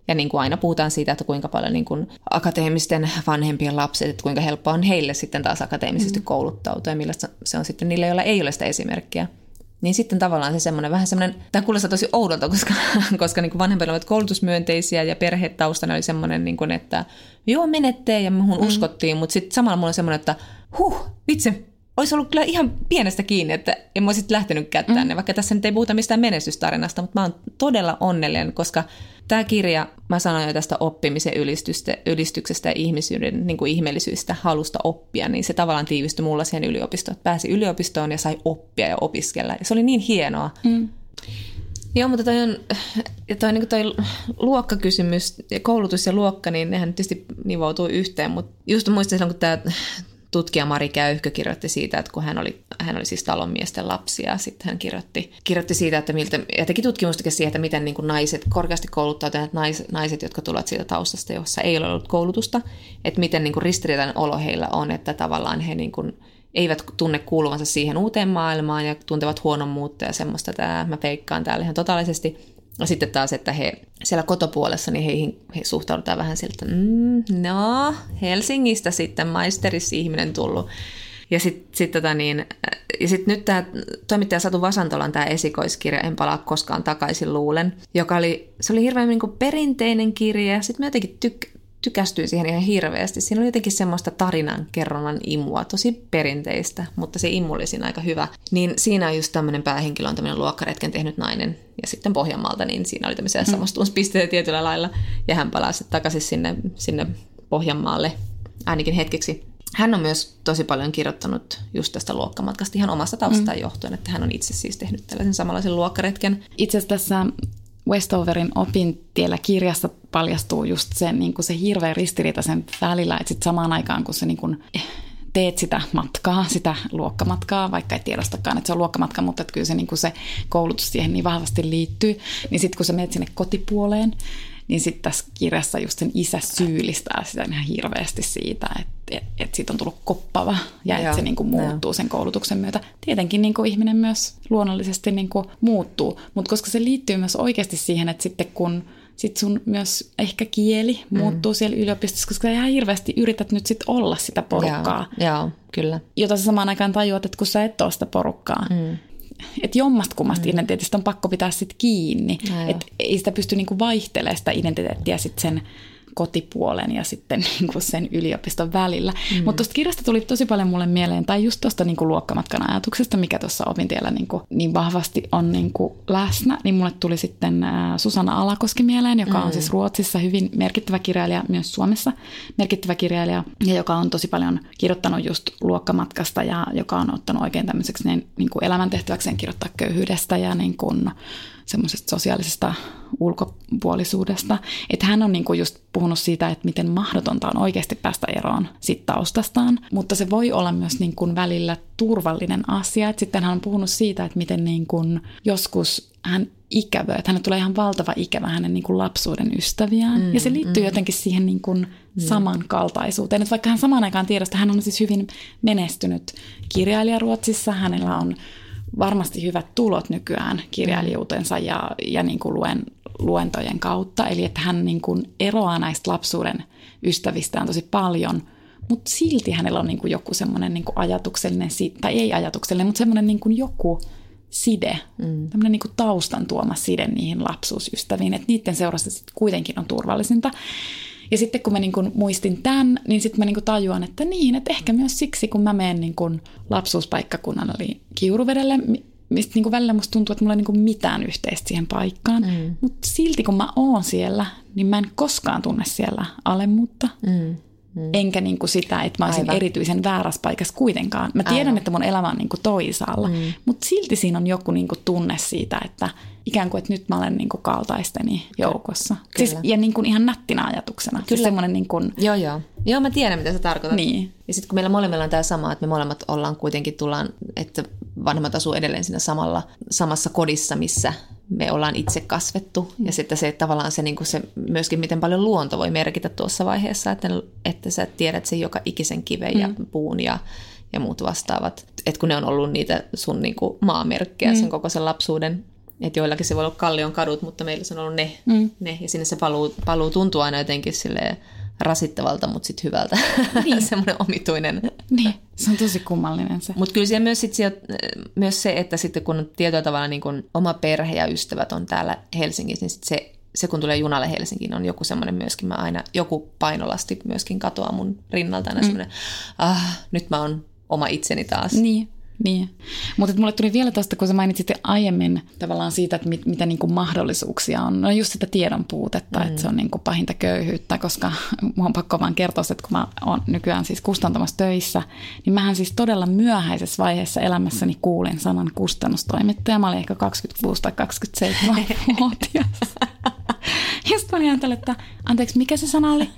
A: Ja niin kuin aina puhutaan siitä, että kuinka paljon niin kuin akateemisten vanhempien lapset, että kuinka helppoa on heille sitten taas akateemisesti mm. kouluttautua ja millaista se on sitten niille, joilla ei ole sitä esimerkkiä. Niin sitten tavallaan se semmoinen vähän semmoinen, tämä kuulostaa tosi oudolta, koska, koska niin kuin vanhempilla ovat koulutusmyönteisiä ja perhetaustana oli semmoinen, niin kuin, että joo menette ja muhun mm. uskottiin, mutta sitten samalla mulla on semmoinen, että huh, vitsi, olisi ollut kyllä ihan pienestä kiinni, että en mä olisit lähtenytkään tänne, mm. vaikka tässä nyt ei puhuta mistään menestystarinasta, mutta mä oon todella onnellinen, koska tämä kirja, mä sanoin jo tästä oppimisen ylistyksestä ja ihmisyyden niin kuin ihmeellisyydestä, halusta oppia, niin se tavallaan tiivistyi mulla siihen yliopistoon. Pääsi yliopistoon ja sai oppia ja opiskella. Ja se oli niin hienoa. Mm. Joo, mutta toi on toi, niin toi luokkakysymys, koulutus ja luokka, niin nehän tietysti nivoutuu yhteen, mutta just muistan silloin, kun tämä tutkija Mari Käyhkö kirjoitti siitä, että kun hän oli, hän oli siis talonmiesten lapsi ja sitten hän kirjoitti, kirjoitti siitä, että miltä, ja teki tutkimustakin siihen, että miten niin kuin naiset, korkeasti kouluttautuneet naiset, naiset, jotka tulevat siitä taustasta, jossa ei ole ollut koulutusta, että miten niin kuin ristiriitainen olo heillä on, että tavallaan he niin kuin eivät tunne kuuluvansa siihen uuteen maailmaan ja tuntevat huonommuutta ja semmoista, tämä mä feikkaan täällä ihan totaalisesti. Ja sitten taas, että he siellä kotopuolessa, niin heihin he suhtaudutaan vähän siltä, mm, no Helsingistä sitten maisterissa ihminen tullut. Ja sitten sit, tota niin, ja sit nyt tämä toimittaja Satu Vasantolan tämä esikoiskirja, En palaa koskaan takaisin luulen, joka oli, se oli hirveän niin kuin perinteinen kirja. Sitten mä jotenkin tyk- tykästyin siihen ihan hirveästi. Siinä oli jotenkin semmoista tarinan kerronnan imua, tosi perinteistä, mutta se imu oli siinä aika hyvä. Niin siinä on just tämmöinen päähenkilö, on tämmöinen luokkaretken tehnyt nainen, ja sitten Pohjanmaalta, niin siinä oli tämmöisiä mm. samastumispisteitä tietyllä lailla, ja hän palasi takaisin sinne, sinne Pohjanmaalle ainakin hetkeksi. Hän on myös tosi paljon kirjoittanut just tästä luokkamatkasta ihan omasta taustaan mm. johtuen, että hän on itse siis tehnyt tällaisen samanlaisen luokkaretken.
B: Itse asiassa tässä Westoverin opintiellä kirjassa paljastuu just se, niin kuin se hirveä ristiriita sen välillä, että sit samaan aikaan kun sä niin kuin teet sitä matkaa, sitä luokkamatkaa, vaikka ei tiedostakaan, että se on luokkamatka, mutta että kyllä se, niin kuin se koulutus siihen niin vahvasti liittyy, niin sitten kun sä menet sinne kotipuoleen, niin sitten tässä kirjassa just sen isä syyllistää sitä ihan hirveästi siitä, että et, et siitä on tullut koppava ja että se niinku muuttuu sen koulutuksen myötä. Tietenkin niinku ihminen myös luonnollisesti niinku muuttuu, mutta koska se liittyy myös oikeasti siihen, että sitten kun sit sun myös ehkä kieli muuttuu mm. siellä yliopistossa, koska sä ihan hirveästi yrität nyt sit olla sitä porukkaa.
A: Joo, kyllä.
B: Jota sä samaan aikaan tajuat, että kun sä et ole sitä porukkaa, mm. että jommasta kummasta mm. identiteetistä on pakko pitää sit kiinni. Että ei sitä pysty niinku vaihtelemaan sitä identiteettiä sit sen kotipuolen ja sitten niinku sen yliopiston välillä. Mm. Mutta tuosta kirjasta tuli tosi paljon mulle mieleen, tai just tuosta niinku luokkamatkan ajatuksesta, mikä tuossa opintiellä niinku niin vahvasti on niinku läsnä, niin mulle tuli sitten Susanna Alakoski mieleen, joka mm. on siis Ruotsissa hyvin merkittävä kirjailija, myös Suomessa merkittävä kirjailija, ja joka on tosi paljon kirjoittanut just luokkamatkasta, ja joka on ottanut oikein tämmöiseksi niin, niinku elämäntehtäväkseen kirjoittaa köyhyydestä ja niinku semmoisesta sosiaalisesta ulkopuolisuudesta. Että hän on niinku just puhunut siitä, että miten mahdotonta on oikeasti päästä eroon sit taustastaan, mutta se voi olla myös niinku välillä turvallinen asia. Et sitten hän on puhunut siitä, että miten niinku joskus hän ikävöi, että hänet tulee ihan valtava ikävä hänen niinku lapsuuden ystäviään. Mm, ja se liittyy mm. jotenkin siihen niinku mm. samankaltaisuuteen. Et vaikka hän samaan aikaan tiedostaa, hän on siis hyvin menestynyt kirjailija Ruotsissa, hänellä on varmasti hyvät tulot nykyään kirjailijuutensa ja, ja niin kuin luen, luentojen kautta. Eli että hän niin kuin eroaa näistä lapsuuden ystävistään tosi paljon, mutta silti hänellä on niin kuin joku semmoinen niin kuin ajatuksellinen, tai ei ajatuksellinen, mutta semmoinen niin kuin joku side, mm. tämmöinen niin kuin taustan tuoma side niihin lapsuusystäviin, että niiden seurassa sitten kuitenkin on turvallisinta. Ja sitten kun mä niin kun muistin tämän, niin sitten mä niin kun tajuan, että niin, että ehkä myös siksi, kun mä menen niin kun lapsuuspaikkakunnan eli Kiuruvedelle, mistä niin kun välillä musta tuntuu, että mulla ei niin kun mitään yhteistä siihen paikkaan. Mm. Mutta silti kun mä oon siellä, niin mä en koskaan tunne siellä alemmuutta. Mm. Mm. Enkä niin kuin sitä, että mä olisin Aivan. erityisen väärässä paikassa kuitenkaan. Mä tiedän, Aivan. että mun elämä on niin kuin toisaalla, mm. mutta silti siinä on joku niin kuin tunne siitä, että ikään kuin, että nyt mä olen niin kuin kaltaisteni joukossa. Siis, ja niin kuin ihan nättinä ajatuksena. Kyllä. Siis niin kuin
A: joo, joo. Joo, mä tiedän, mitä sä tarkoitat.
B: Niin.
A: Ja sitten kun meillä molemmilla on tämä sama, että me molemmat ollaan kuitenkin tullaan, että vanhemmat asuu edelleen siinä samalla, samassa kodissa, missä me ollaan itse kasvettu. Mm. Ja sitten se, että tavallaan se, niin kuin se myöskin, miten paljon luonto voi merkitä tuossa vaiheessa, että, että sä tiedät sen joka ikisen kiven mm. ja puun ja, ja muut vastaavat. Että kun ne on ollut niitä sun niin kuin maamerkkejä mm. sen koko sen lapsuuden. Että joillakin se voi olla Kallion kadut, mutta meillä se on ollut ne. Mm. ne ja sinne se paluu, paluu tuntuu aina jotenkin silleen rasittavalta, mutta sitten hyvältä. Niin. Semmoinen omituinen.
B: Niin, se on tosi kummallinen se.
A: Mutta kyllä siellä myös, sit siellä, myös se, että sitten kun tietyllä tavalla niin kun oma perhe ja ystävät on täällä Helsingissä, niin sit se, se kun tulee junalle Helsinkiin, on joku semmoinen myöskin, mä aina, joku painolasti myöskin katoaa mun rinnalta aina mm. semmoinen, ah, nyt mä oon oma itseni taas.
B: Niin. Niin, mutta mulle tuli vielä tuosta, kun sä mainitsit aiemmin tavallaan siitä, että mit, mitä niinku mahdollisuuksia on. No just sitä tiedon puutetta, mm. että se on niinku pahinta köyhyyttä, koska mun on pakko vaan kertoa, että kun mä oon nykyään siis kustantamassa töissä, niin mähän siis todella myöhäisessä vaiheessa elämässäni kuulin sanan kustannustoimittaja. Mä olin ehkä kaksikymmentäkuusi tai kaksikymmentäseitsemän-vuotias. Ja sitten mä olin ajatellut, että anteeksi, mikä se sana oli?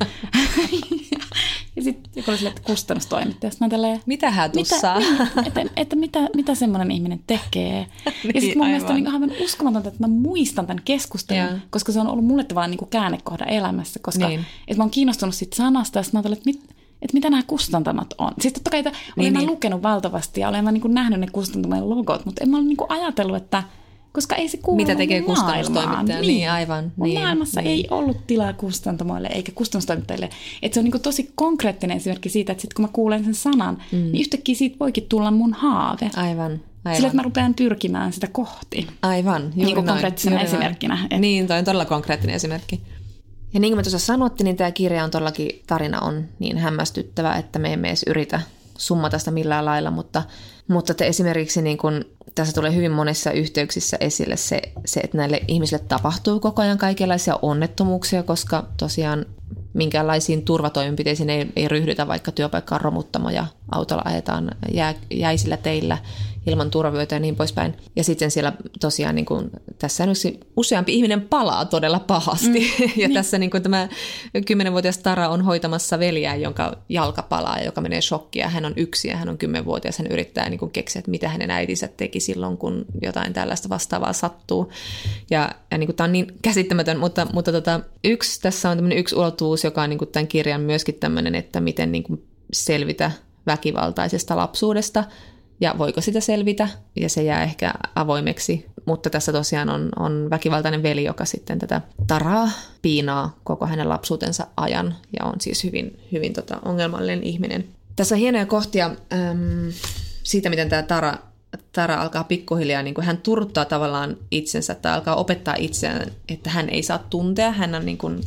B: Ja sitten joku oli silleen, että kustannustoimittaja. Sitten mä ajattelin,
A: mitä hätussaa?
B: Mitä, niin, että, että mitä, mitä semmoinen ihminen tekee.
A: Niin,
B: ja sitten mun mielestä on niin aivan uskomatonta, että mä muistan tämän keskustelun, ja. koska se on ollut mulle vaan niin käännekohda elämässä. Koska niin. että mä oon kiinnostunut siitä sanasta ja sitten mä ajattelin, että, mit, että mitä nämä kustantamat on. Siis totta kai, että olen niin, mä niin. lukenut valtavasti ja olen mä niin nähnyt ne kustantamien logot, mutta en mä ole niin ajatellut, että koska ei se kuulu
A: mitä tekee kustannustoimittaja?
B: Niin,
A: niin, aivan.
B: Mun
A: niin,
B: maailmassa
A: niin.
B: ei ollut tilaa kustantamoille eikä kustannustoimittajille. Että se on niin tosi konkreettinen esimerkki siitä, että sit kun mä kuulen sen sanan, mm. niin yhtäkkiä siitä voikin tulla mun haave.
A: Aivan. Aivan.
B: Sillä, että mä rupean pyrkimään sitä kohti.
A: Aivan.
B: Niin kuin konkreettisena juuri esimerkkinä.
A: Et... Niin, toi on todella konkreettinen esimerkki. Ja niin kuin mä tuossa sanottiin, niin tämä kirja on todellakin, tarina on niin hämmästyttävä, että me emme edes yritä summata sitä millään lailla, mutta, mutta te esimerkiksi niin kun, tässä tulee hyvin monissa yhteyksissä esille se, se, että näille ihmisille tapahtuu koko ajan kaikenlaisia onnettomuuksia, koska tosiaan minkäänlaisiin turvatoimenpiteisiin ei, ei ryhdytä, vaikka työpaikka on romuttama ja autolla ajetaan jää, jäisillä teillä ilman turvavyötä ja niin poispäin. Ja sitten siellä tosiaan niin kuin, tässä useampi ihminen palaa todella pahasti. Mm, ja niin. tässä niin kuin, tämä kymmenvuotias Tara on hoitamassa veljää, jonka jalka palaa ja joka menee shokkia. Hän on yksi ja hän on kymmenvuotias. Hän yrittää niin kuin keksiä, että mitä hänen äitinsä teki silloin, kun jotain tällaista vastaavaa sattuu. Ja, ja niin kuin, tämä on niin käsittämätön, mutta, mutta tota, yksi, tässä on tämmöinen yksi ulottuvuus, joka on niin kuin tämän kirjan myöskin tämmöinen, että miten niin kuin selvitä väkivaltaisesta lapsuudesta. Ja voiko sitä selvitä, ja se jää ehkä avoimeksi. Mutta tässä tosiaan on, on väkivaltainen veli, joka sitten tätä Taraa piinaa koko hänen lapsuutensa ajan, ja on siis hyvin, hyvin tota ongelmallinen ihminen. Tässä on hienoja kohtia äm, siitä, miten tämä Tara, Tara alkaa pikkuhiljaa, niin kuin hän turruttaa tavallaan itsensä, tai alkaa opettaa itseään, että hän ei saa tuntea, hän on niin kuin...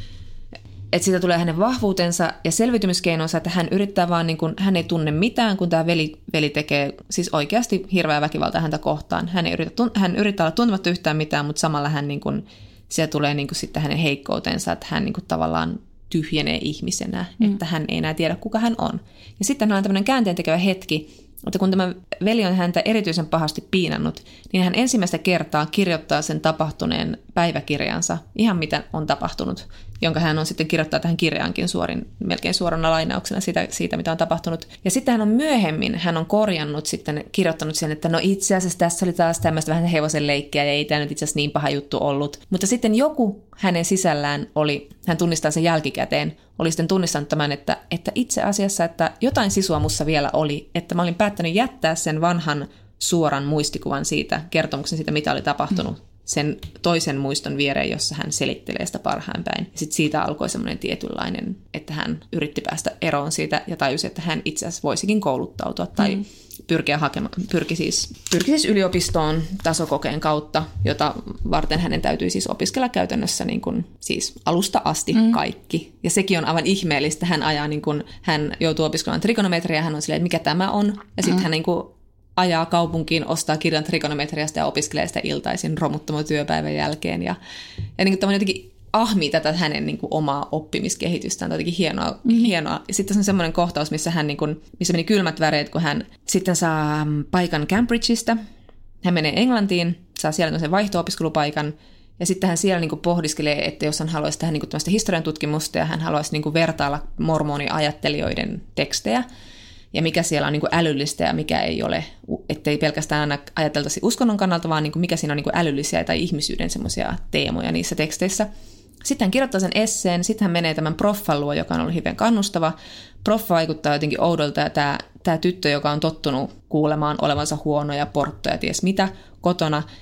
A: Että siitä tulee hänen vahvuutensa ja selviytymiskeinonsa, että hän yrittää vaan, niin kuin, hän ei tunne mitään, kun tämä veli, veli tekee siis oikeasti hirveää väkivaltaa häntä kohtaan. Hän, ei yritä, hän yrittää olla tuntematta yhtään mitään, mutta samalla hän, niin kuin, siellä tulee niin kuin, sitten hänen heikkoutensa, että hän niin kuin, tavallaan tyhjenee ihmisenä, mm. että hän ei enää tiedä, kuka hän on. Ja sitten hän on tämmöinen käänteentekevä hetki, että kun tämä veli on häntä erityisen pahasti piinannut, niin hän ensimmäistä kertaa kirjoittaa sen tapahtuneen päiväkirjansa, ihan mitä on tapahtunut, jonka hän on sitten kirjoittaa tähän kirjaankin suorin, melkein suorana lainauksena siitä, siitä, mitä on tapahtunut. Ja sitten hän on myöhemmin, hän on korjannut sitten, kirjoittanut sen, että no itse asiassa tässä oli taas tämmöistä vähän hevosen leikkiä ja ei tämä nyt itse asiassa niin paha juttu ollut. Mutta sitten joku hänen sisällään oli, hän tunnistaa sen jälkikäteen, oli sitten tunnistanut tämän, että, että itse asiassa, että jotain sisua mussa vielä oli, että mä olin päättänyt jättää sen vanhan suoran muistikuvan siitä, kertomuksen siitä, mitä oli tapahtunut, mm. sen toisen muiston viereen, jossa hän selittelee sitä parhain päin. Ja sitten siitä alkoi semmoinen tietynlainen, että hän yritti päästä eroon siitä ja tajusi, että hän itse asiassa voisikin kouluttautua tai mm. pyrkiä hakemaan, pyrki siis, pyrki siis yliopistoon tasokokeen kautta, jota varten hänen täytyy siis opiskella käytännössä niin kuin, siis alusta asti mm. kaikki. Ja sekin on aivan ihmeellistä. Hän ajaa, niin kuin, hän joutuu opiskelemaan trigonometriaa, hän on silleen, että mikä tämä on. Ja sitten mm. hän niin kuin, ajaa kaupunkiin, ostaa kirjan trigonometriasta ja opiskelee sitä iltaisin romuttaman työpäivän jälkeen. Ja, ja niin kuin jotenkin ahmii tätä hänen niin kuin omaa oppimiskehitystään. Tämä on jotenkin hienoa. Mm. hienoa. Ja sitten on semmoinen kohtaus, missä, hän, niin kuin, missä meni kylmät väreet, kun hän sitten saa paikan Cambridgeista. Hän menee Englantiin, saa siellä sen vaihto-opiskelupaikan. Ja sitten hän siellä niin kuin pohdiskelee, että jos hän haluaisi tehdä niin kuin tämmöistä historian tutkimusta ja hän haluaisi niin kuin vertailla mormoniajattelijoiden tekstejä, ja mikä siellä on niin kuin älyllistä ja mikä ei ole, ettei pelkästään aina ajateltaisi uskonnon kannalta, vaan niin kuin mikä siinä on niin kuin älyllisiä tai ihmisyyden semmoisia teemoja niissä teksteissä. Sitten hän kirjoittaa sen esseen, sitten hän menee tämän proffan luo, joka on ollut hyvin kannustava. Proffa vaikuttaa jotenkin oudolta ja tämä, tämä tyttö, joka on tottunut kuulemaan olevansa huonoja porttoja, ties mitä, kotona,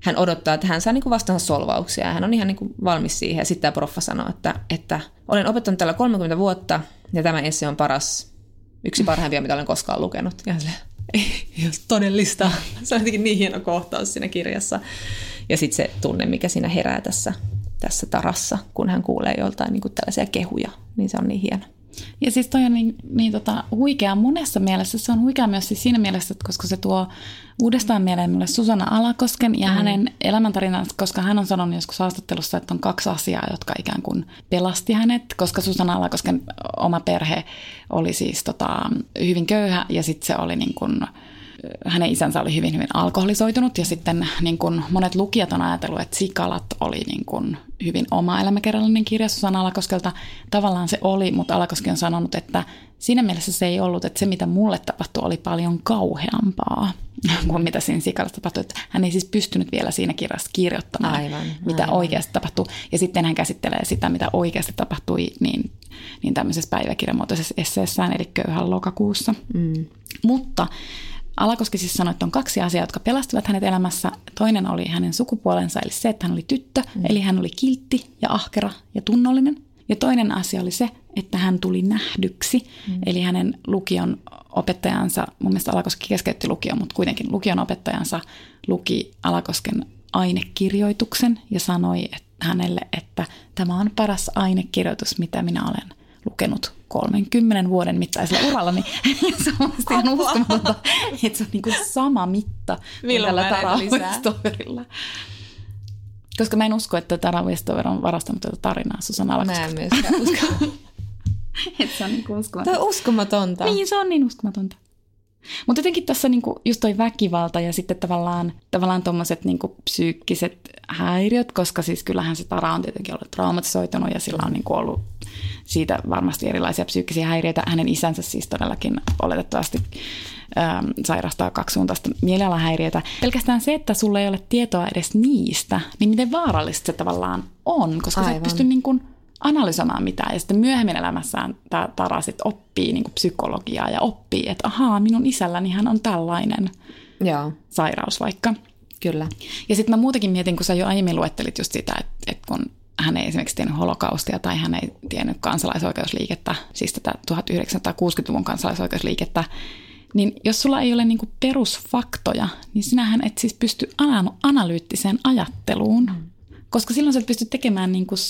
A: hän odottaa, että hän saa niin kuin vastaansa solvauksia ja hän on ihan niin kuin valmis siihen. Ja sitten tämä proffa sanoo, että, että olen opettanut tällä kolmekymmentä vuotta ja tämä esse on paras, yksi parhaimpia, mitä olen koskaan lukenut. Ja se ei ole todellista. Se on jotenkin niin hieno kohtaus siinä kirjassa. Ja sitten se tunne, mikä siinä herää tässä, tässä tarassa, kun hän kuulee joltain niin kuin tällaisia kehuja, niin se on niin hieno.
B: Ja siis toi on niin, niin tota, huikea monessa mielessä. Se on huikea myös siis siinä mielessä, että koska se tuo uudestaan mieleen mulle Susanna Alakosken ja mm. hänen elämäntarinansa, koska hän on sanonut joskus haastattelussa, että on kaksi asiaa, jotka ikään kuin pelasti hänet, koska Susanna Alakosken oma perhe oli siis tota, hyvin köyhä ja sitten se oli niin kuin, hänen isänsä oli hyvin, hyvin alkoholisoitunut ja sitten niin kuin monet lukijat on ajatellut, että Sikalat oli niin kuin hyvin oma elämäkerrallinen kirja Susanna Alakoskelta. Tavallaan se oli, mutta Alakoski on sanonut, että siinä mielessä se ei ollut, että se mitä mulle tapahtui oli paljon kauheampaa kuin mitä siinä Sikalassa tapahtui. Että hän ei siis pystynyt vielä siinä kirjassa kirjoittamaan, aivan, mitä aivan. oikeasti tapahtui. Ja sitten hän käsittelee sitä, mitä oikeasti tapahtui niin, niin tämmöisessä päiväkirjamuotoisessa esseessään, eli Köyhän lokakuussa. Mm. Mutta Alakoski siis sanoi, että on kaksi asiaa, jotka pelastivat hänet elämässä. Toinen oli hänen sukupuolensa, eli se, että hän oli tyttö, mm. eli hän oli kiltti ja ahkera ja tunnollinen. Ja toinen asia oli se, että hän tuli nähdyksi, mm. eli hänen lukion opettajansa, mun mielestä Alakoski keskeytti lukion, mutta kuitenkin lukion opettajansa luki Alakosken ainekirjoituksen ja sanoi että hänelle, että tämä on paras ainekirjoitus, mitä minä olen lukenut kolmenkymmenen vuoden mittaisella urallani. Se on ihan uskomatonta, että se on niin kuin sama mitta kuin tällä Tara Westoverilla. Koska mä en usko, että Tara Westover on varastanut tätä tarinaa Susanna Alakoskesta.
A: Mä en myöskään usko.
B: Että se on niin kuin uskomatonta.
A: Tämä on uskomatonta.
B: Niin, se on niin uskomatonta. Mutta jotenkin tässä niinku just toi väkivalta ja sitten tavallaan, tavallaan tuommoiset niinku psyykkiset häiriöt, koska siis kyllähän se Tara on tietenkin ollut traumatisoitunut ja sillä on niinku ollut siitä varmasti erilaisia psyykkisiä häiriöitä. Hänen isänsä siis todellakin oletettavasti ähm, sairastaa kaksisuuntaista mielialahäiriötä. Pelkästään se, että sulla ei ole tietoa edes niistä, niin miten vaarallista se tavallaan on, koska Aivan. sä et pysty niinku analysoimaan mitään. Ja sitten myöhemmin elämässään tämä Tara sitten oppii niin kuin psykologiaa ja oppii, että ahaa, minun isälläni hän on tällainen Joo. sairaus vaikka.
A: Kyllä. Ja
B: sitten mä muutenkin mietin, kun sä jo aiemmin luettelit just sitä, että, että kun hän ei esimerkiksi tiennyt holokaustia tai hän ei tiennyt kansalaisoikeusliikettä, siis tätä tuhatyhdeksänsataakuusikymmentäluvun kansalaisoikeusliikettä, niin jos sulla ei ole niin kuin perusfaktoja, niin sinähän et siis pysty analyyttiseen ajatteluun. Mm. Koska silloin sä et pysty tekemään niin kuin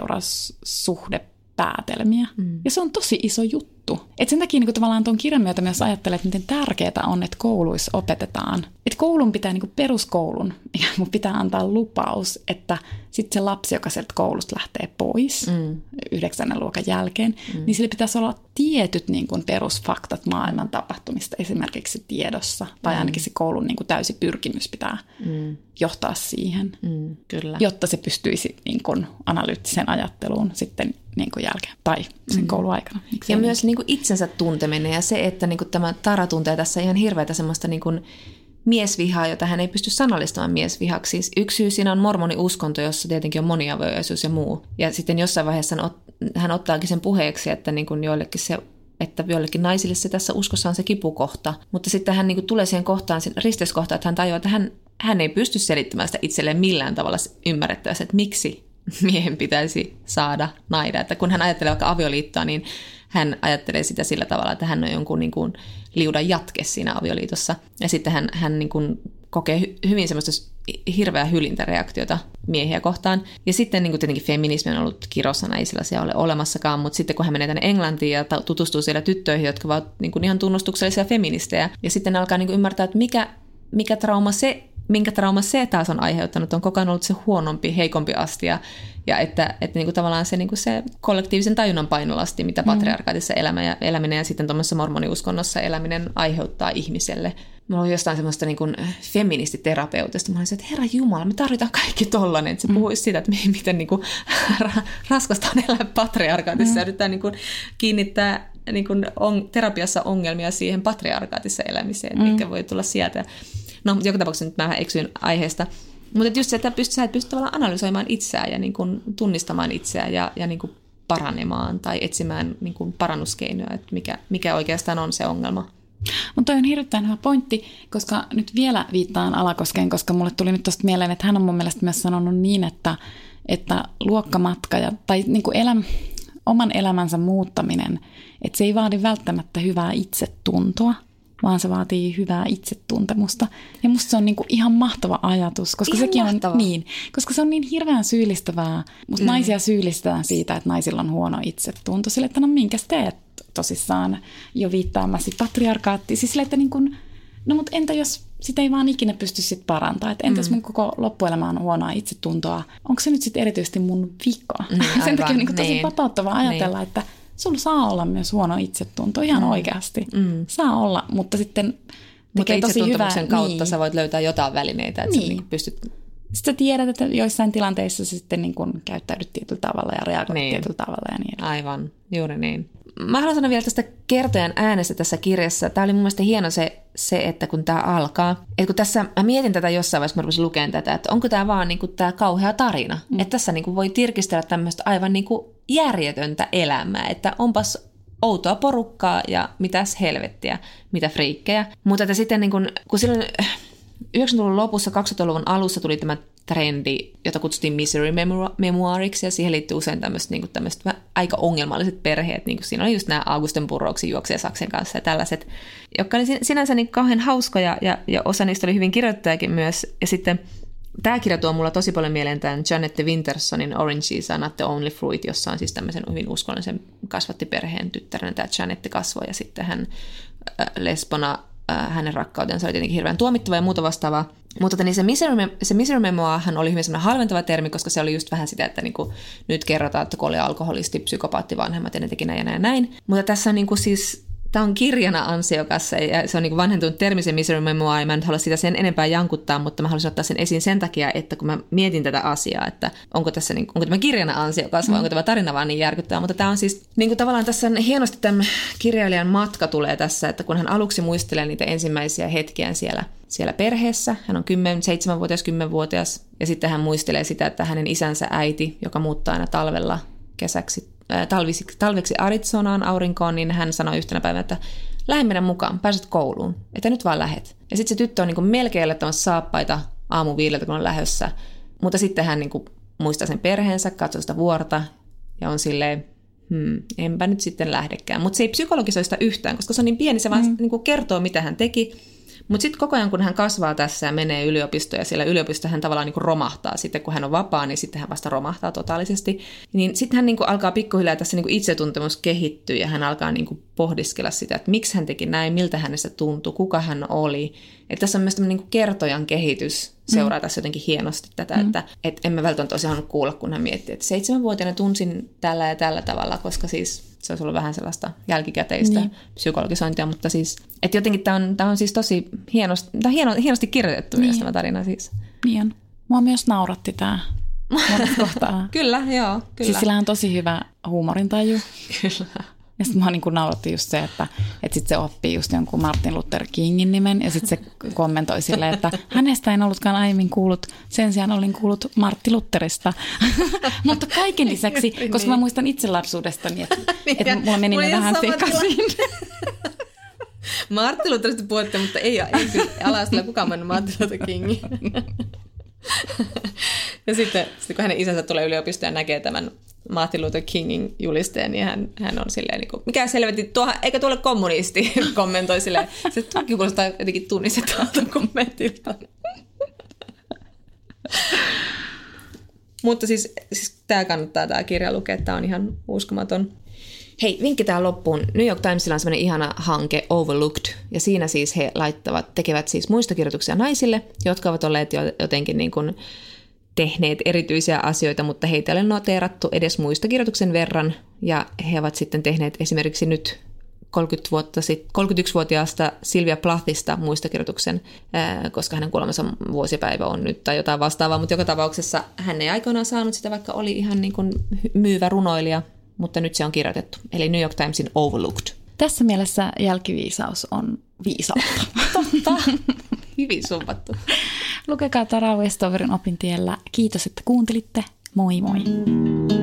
B: syy-seuraus-suhdepäätelmiä. Mm. Ja se on tosi iso juttu. Et sen takia niin kuin tavallaan tuon kirjan myötä myös ajattelee, että miten tärkeää on, että kouluissa opetetaan. Että koulun pitää, niin kuin peruskoulun, mun pitää antaa lupaus, että sitten se lapsi, joka sieltä koulusta lähtee pois mm. yhdeksännen luokan jälkeen, mm. niin sillä pitäisi olla tietyt niin kuin perusfaktat maailman tapahtumista esimerkiksi tiedossa. Tai mm. ainakin se koulun niin kuin täysi pyrkimys pitää mm. johtaa siihen,
A: mm, kyllä.
B: jotta se pystyisi niin kuin analyyttiseen ajatteluun sitten niin kuin jälkeen tai sen mm. koulun aikana.
A: Ja myös niin? Niin kuin itsensä tunteminen ja se, että niin kuin tämä Tara tuntee tässä ihan hirveätä semmoista niin kuin miesvihaa, jota hän ei pysty sanallistamaan miesvihaksi. Siis yksi syy siinä on mormoniuskonto, jossa tietenkin on moniavioisuus ja muu. Ja sitten jossain vaiheessa hän, ot, hän ottaakin sen puheeksi, että niin kuin joillekin se että joillekin naisille se tässä uskossa on se kipukohta. Mutta sitten hän niin kuin tulee siihen kohtaan, sen risteyskohtaan, että hän tajuaa, että hän, hän ei pysty selittämään sitä itselleen millään tavalla ymmärrettävästi, että miksi miehen pitäisi saada naida. Että kun hän ajattelee vaikka avioliittoa, niin hän ajattelee sitä sillä tavalla, että hän on jonkun niin kuin liudan jatke siinä avioliitossa. Ja sitten hän, hän niin kuin kokee hy- hyvin semmoista hirveää hylintäreaktiota miehiä kohtaan. Ja sitten niin kuin tietenkin feminismi on ollut kirossana, ei sellaisia ole olemassakaan, mutta sitten kun hän menee tänne Englantiin ja tutustuu siellä tyttöihin, jotka ovat niin kuin ihan tunnustuksellisia feministejä, ja sitten alkaa niin kuin ymmärtää, että mikä, mikä trauma se, minkä trauma se taas on aiheuttanut, on koko ajan ollut se huonompi, heikompi astia, ja että, että niin kuin tavallaan se, niin kuin se kollektiivisen tajunnan painolasti, mitä patriarkaatissa elämä ja, eläminen ja sitten tuommoisessa mormoniuskonnossa eläminen aiheuttaa ihmiselle. Mulla oli jostain semmoista niin kuin feministiterapeutista. Mä olin se, että herra jumala, me tarvitaan kaikki tollainen. Että se mm. puhuisi siitä, että miten niin kuin raskasta on elää patriarkaatissa. Mm. Ja yritetään niin kuin kiinnittää niin kuin on, terapiassa ongelmia siihen patriarkaatissa elämiseen, mm. mikä voi tulla sieltä. No, joka tapauksessa nyt mä vähän eksyin aiheesta. Mutta just se, että pystyt, sä et pysty tavallaan analysoimaan itseään ja niin kuin tunnistamaan itseään ja, ja niin kuin paranemaan tai etsimään niin kuin parannuskeinoja, että mikä, mikä oikeastaan on se ongelma.
B: Mutta toi on hirveän hyvä pointti, koska nyt vielä viittaan Alakoskeen, koska mulle tuli nyt tosta mieleen, että hän on mun mielestä myös sanonut niin, että, että luokkamatka ja, tai niin kuin eläm, oman elämänsä muuttaminen, että se ei vaadi välttämättä hyvää itsetuntoa, vaan se vaatii hyvää itsetuntemusta. Ja musta se on niinku ihan mahtava ajatus, koska
A: ihan
B: sekin
A: mahtava.
B: on niin, koska se on niin hirveän syyllistävää. Musta mm. naisia syyllistetään siitä, että naisilla on huono itsetunto. Sille, että no minkäs teet tosissaan jo viittaamasi patriarkaattiin. Siis sille, että niin kun, no mut entä jos sitä ei vaan ikinä pysty sit parantaa. Että entäs mm. mun koko loppuelämä on huonoa itsetuntoa. Onko se nyt sitten erityisesti mun vika? Mm, sen takia on niin tosi niin. vapauttavaa ajatella, niin. että sulla saa olla myös huono itsetunto ihan mm. oikeasti. Mm. Saa olla, mutta sitten
A: mutta itsetuntemuksen kautta
B: niin.
A: sä voit löytää jotain välineitä, että niin. sä niin pystyt...
B: Sitten sä tiedät, että joissain tilanteissa sä sitten niin kun käyttäydyt tietyllä tavalla ja reagoit niin. tietyllä tavalla ja niin.
A: Aivan, juuri niin. Mä haluan sanoa vielä tästä kertojan äänestä tässä kirjassa. Tämä oli mun mielestä hieno se, se että kun tämä alkaa. Että kun tässä, mä mietin tätä jossain vaiheessa, kun mä rupesin lukemaan tätä, että onko tämä vaan niinku tämä kauhea tarina. Mm. Että tässä niinku voi tirkistellä tämmöistä aivan niinku järjetöntä elämää, että onpas outoa porukkaa ja mitäs helvettiä, mitä friikkejä. Mutta että sitten niin kun, kun silloin yhdeksänkymmentäluvun lopussa, kaksituhattaluvun alussa tuli tämä trendi, jota kutsuttiin misery memoiriksi, ja siihen liittyy usein tämmöiset niin aika ongelmalliset perheet. Niin siinä oli just nämä Augusten Burroughsin Juoksija Saksen kanssa ja tällaiset, jotka oli sinänsä niin kauhean hauskoja, ja, ja osa niistä oli hyvin kirjoittajakin myös. Ja sitten tämä kirja tuo mulla tosi paljon mieleen tämän Janette Wintersonin Oranges are not the only fruit, jossa on siis tämmöisen hyvin uskonnollisen kasvattiperheen tyttärenä tämä Janette kasvoi, ja sitten hän äh, lesbona, äh, hänen rakkautensa oli tietenkin hirveän tuomittava ja muuta vastaavaa. Mutta niin se misery, se misery memoirhan oli hyvin semmoinen halventava termi, koska se oli just vähän sitä, että niinku, nyt kerrotaan, että kun oli alkoholisti, psykopaatti, vanhemmat ja ne teki näin ja näin ja näin. Mutta tässä on niinku siis... Tämä on kirjana ansiokas ja se on niin vanhentunut termi se misery memoir. Mä en halua sitä sen enempää jankuttaa, mutta mä haluaisin ottaa sen esiin sen takia, että kun mä mietin tätä asiaa, että onko, tässä, niin, onko tämä kirjana ansiokas vai mm. onko tämä tarina vaan niin järkyttävä. Mutta tämä on siis niin kuin tavallaan tässä hienosti tämän kirjailijan matka tulee tässä, että kun hän aluksi muistelee niitä ensimmäisiä hetkiä siellä, siellä perheessä, hän on kymmenen, seitsemänvuotias, kymmenvuotias ja sitten hän muistelee sitä, että hänen isänsä äiti, joka muuttaa aina talvella kesäksi, Talviksi, talveksi Arizonaan aurinkoon, niin hän sanoi yhtenä päivänä, että lähde meidän mukaan, pääset kouluun, että nyt vaan lähet. Ja sitten se tyttö on niin kuin melkein laittamassa saappaita aamu viideltä, kun on lähdössä, mutta sitten hän niin kuin muistaa sen perheensä, katsoo sitä vuorta ja on silleen, hmm, enpä nyt sitten lähdekään. Mutta se ei psykologisoi sitä yhtään, koska se on niin pieni, se vaan mm. niin kuin kertoo, mitä hän teki. Mutta sitten koko ajan, kun hän kasvaa tässä ja menee yliopistoon ja siellä yliopistossa hän tavallaan niin kuin romahtaa. Sitten kun hän on vapaa, niin sitten hän vasta romahtaa totaalisesti. Niin sitten hän niin kuin alkaa pikkuhiljaa tässä niin kuin itsetuntemus kehittyä ja hän alkaa niin kuin pohdiskella sitä, että miksi hän teki näin, miltä hänestä tuntui, kuka hän oli. Että tässä on myös tämmöinen niin kuin kertojan kehitys seuraa mm. tässä jotenkin hienosti tätä, mm. että et emme välttämättä olisi halunnut kuulla, kun hän miettii, että seitsemänvuotiaana tunsin tällä ja tällä tavalla, koska siis... Se olisi ollut vähän sellaista jälkikäteistä niin. psykologisointia, mutta siis, että jotenkin tämä on, tämä on siis tosi hienosti, tämä on hieno, hienosti kirjoitettu niin. myös tämä tarina siis.
B: Niin on. Mua myös nauratti tämä monessa kohtaa.
A: Kyllä, joo. Kyllä.
B: Siis sillä on tosi hyvä huumorintaju.
A: Kyllä.
B: Ja sitten mua niin kuin nauratti just se, että, että sitten se oppii just jonkun Martin Luther Kingin nimen ja sitten se kommentoi silleen, että hänestä en ollutkaan aiemmin kuullut, sen sijaan olin kuullut Martti Lutherista. Mutta kaiken lisäksi, koska niin. mä muistan itse lapsuudestani, että, niin, että mulla meni ne vähän sekaisin.
A: Martti Lutherista puhutte, mutta ei, ei kyllä ala-asteella kukaan mennyt Martin Luther Kingin. Ja sitten, sitten kun hänen isänsä tulee yliopistoon ja näkee tämän Martin Luther Kingin julisteen, niin hän, hän on silleen, niin kuin, mikä selvästi, tuohan, eikä tuolle kommunisti, kommentoi silleen. Se tuokin kuulostaa jotenkin tunnistettavalta kommentilta. Mutta siis, siis tämä kannattaa tämä kirja lukea, tämä on ihan uskomaton. Hei, vinkki tähän loppuun. New York Timesilla on sellainen ihana hanke Overlooked, ja siinä siis he laittavat, tekevät siis muistokirjoituksia naisille, jotka ovat olleet jotenkin niin kuin tehneet erityisiä asioita, mutta heitä ei ole noteerattu edes muistokirjoituksen verran, ja he ovat sitten tehneet esimerkiksi nyt kolmekymmentä vuotta sit, kolmekymmentäyksivuotiaasta Sylvia Plathista muistokirjoituksen, koska hänen kuolemansa vuosipäivä on nyt tai jotain vastaavaa, mutta joka tapauksessa hän ei aikoinaan saanut sitä, vaikka oli ihan niin kuin myyvä runoilija, mutta nyt se on kirjoitettu. Eli New York Timesin Overlooked.
B: Tässä mielessä jälkiviisaus on viisautta.
A: Totta. Hyvin sumpattu.
B: Lukekaa Tara Westoverin opintiellä. Kiitos, että kuuntelitte. Moi moi.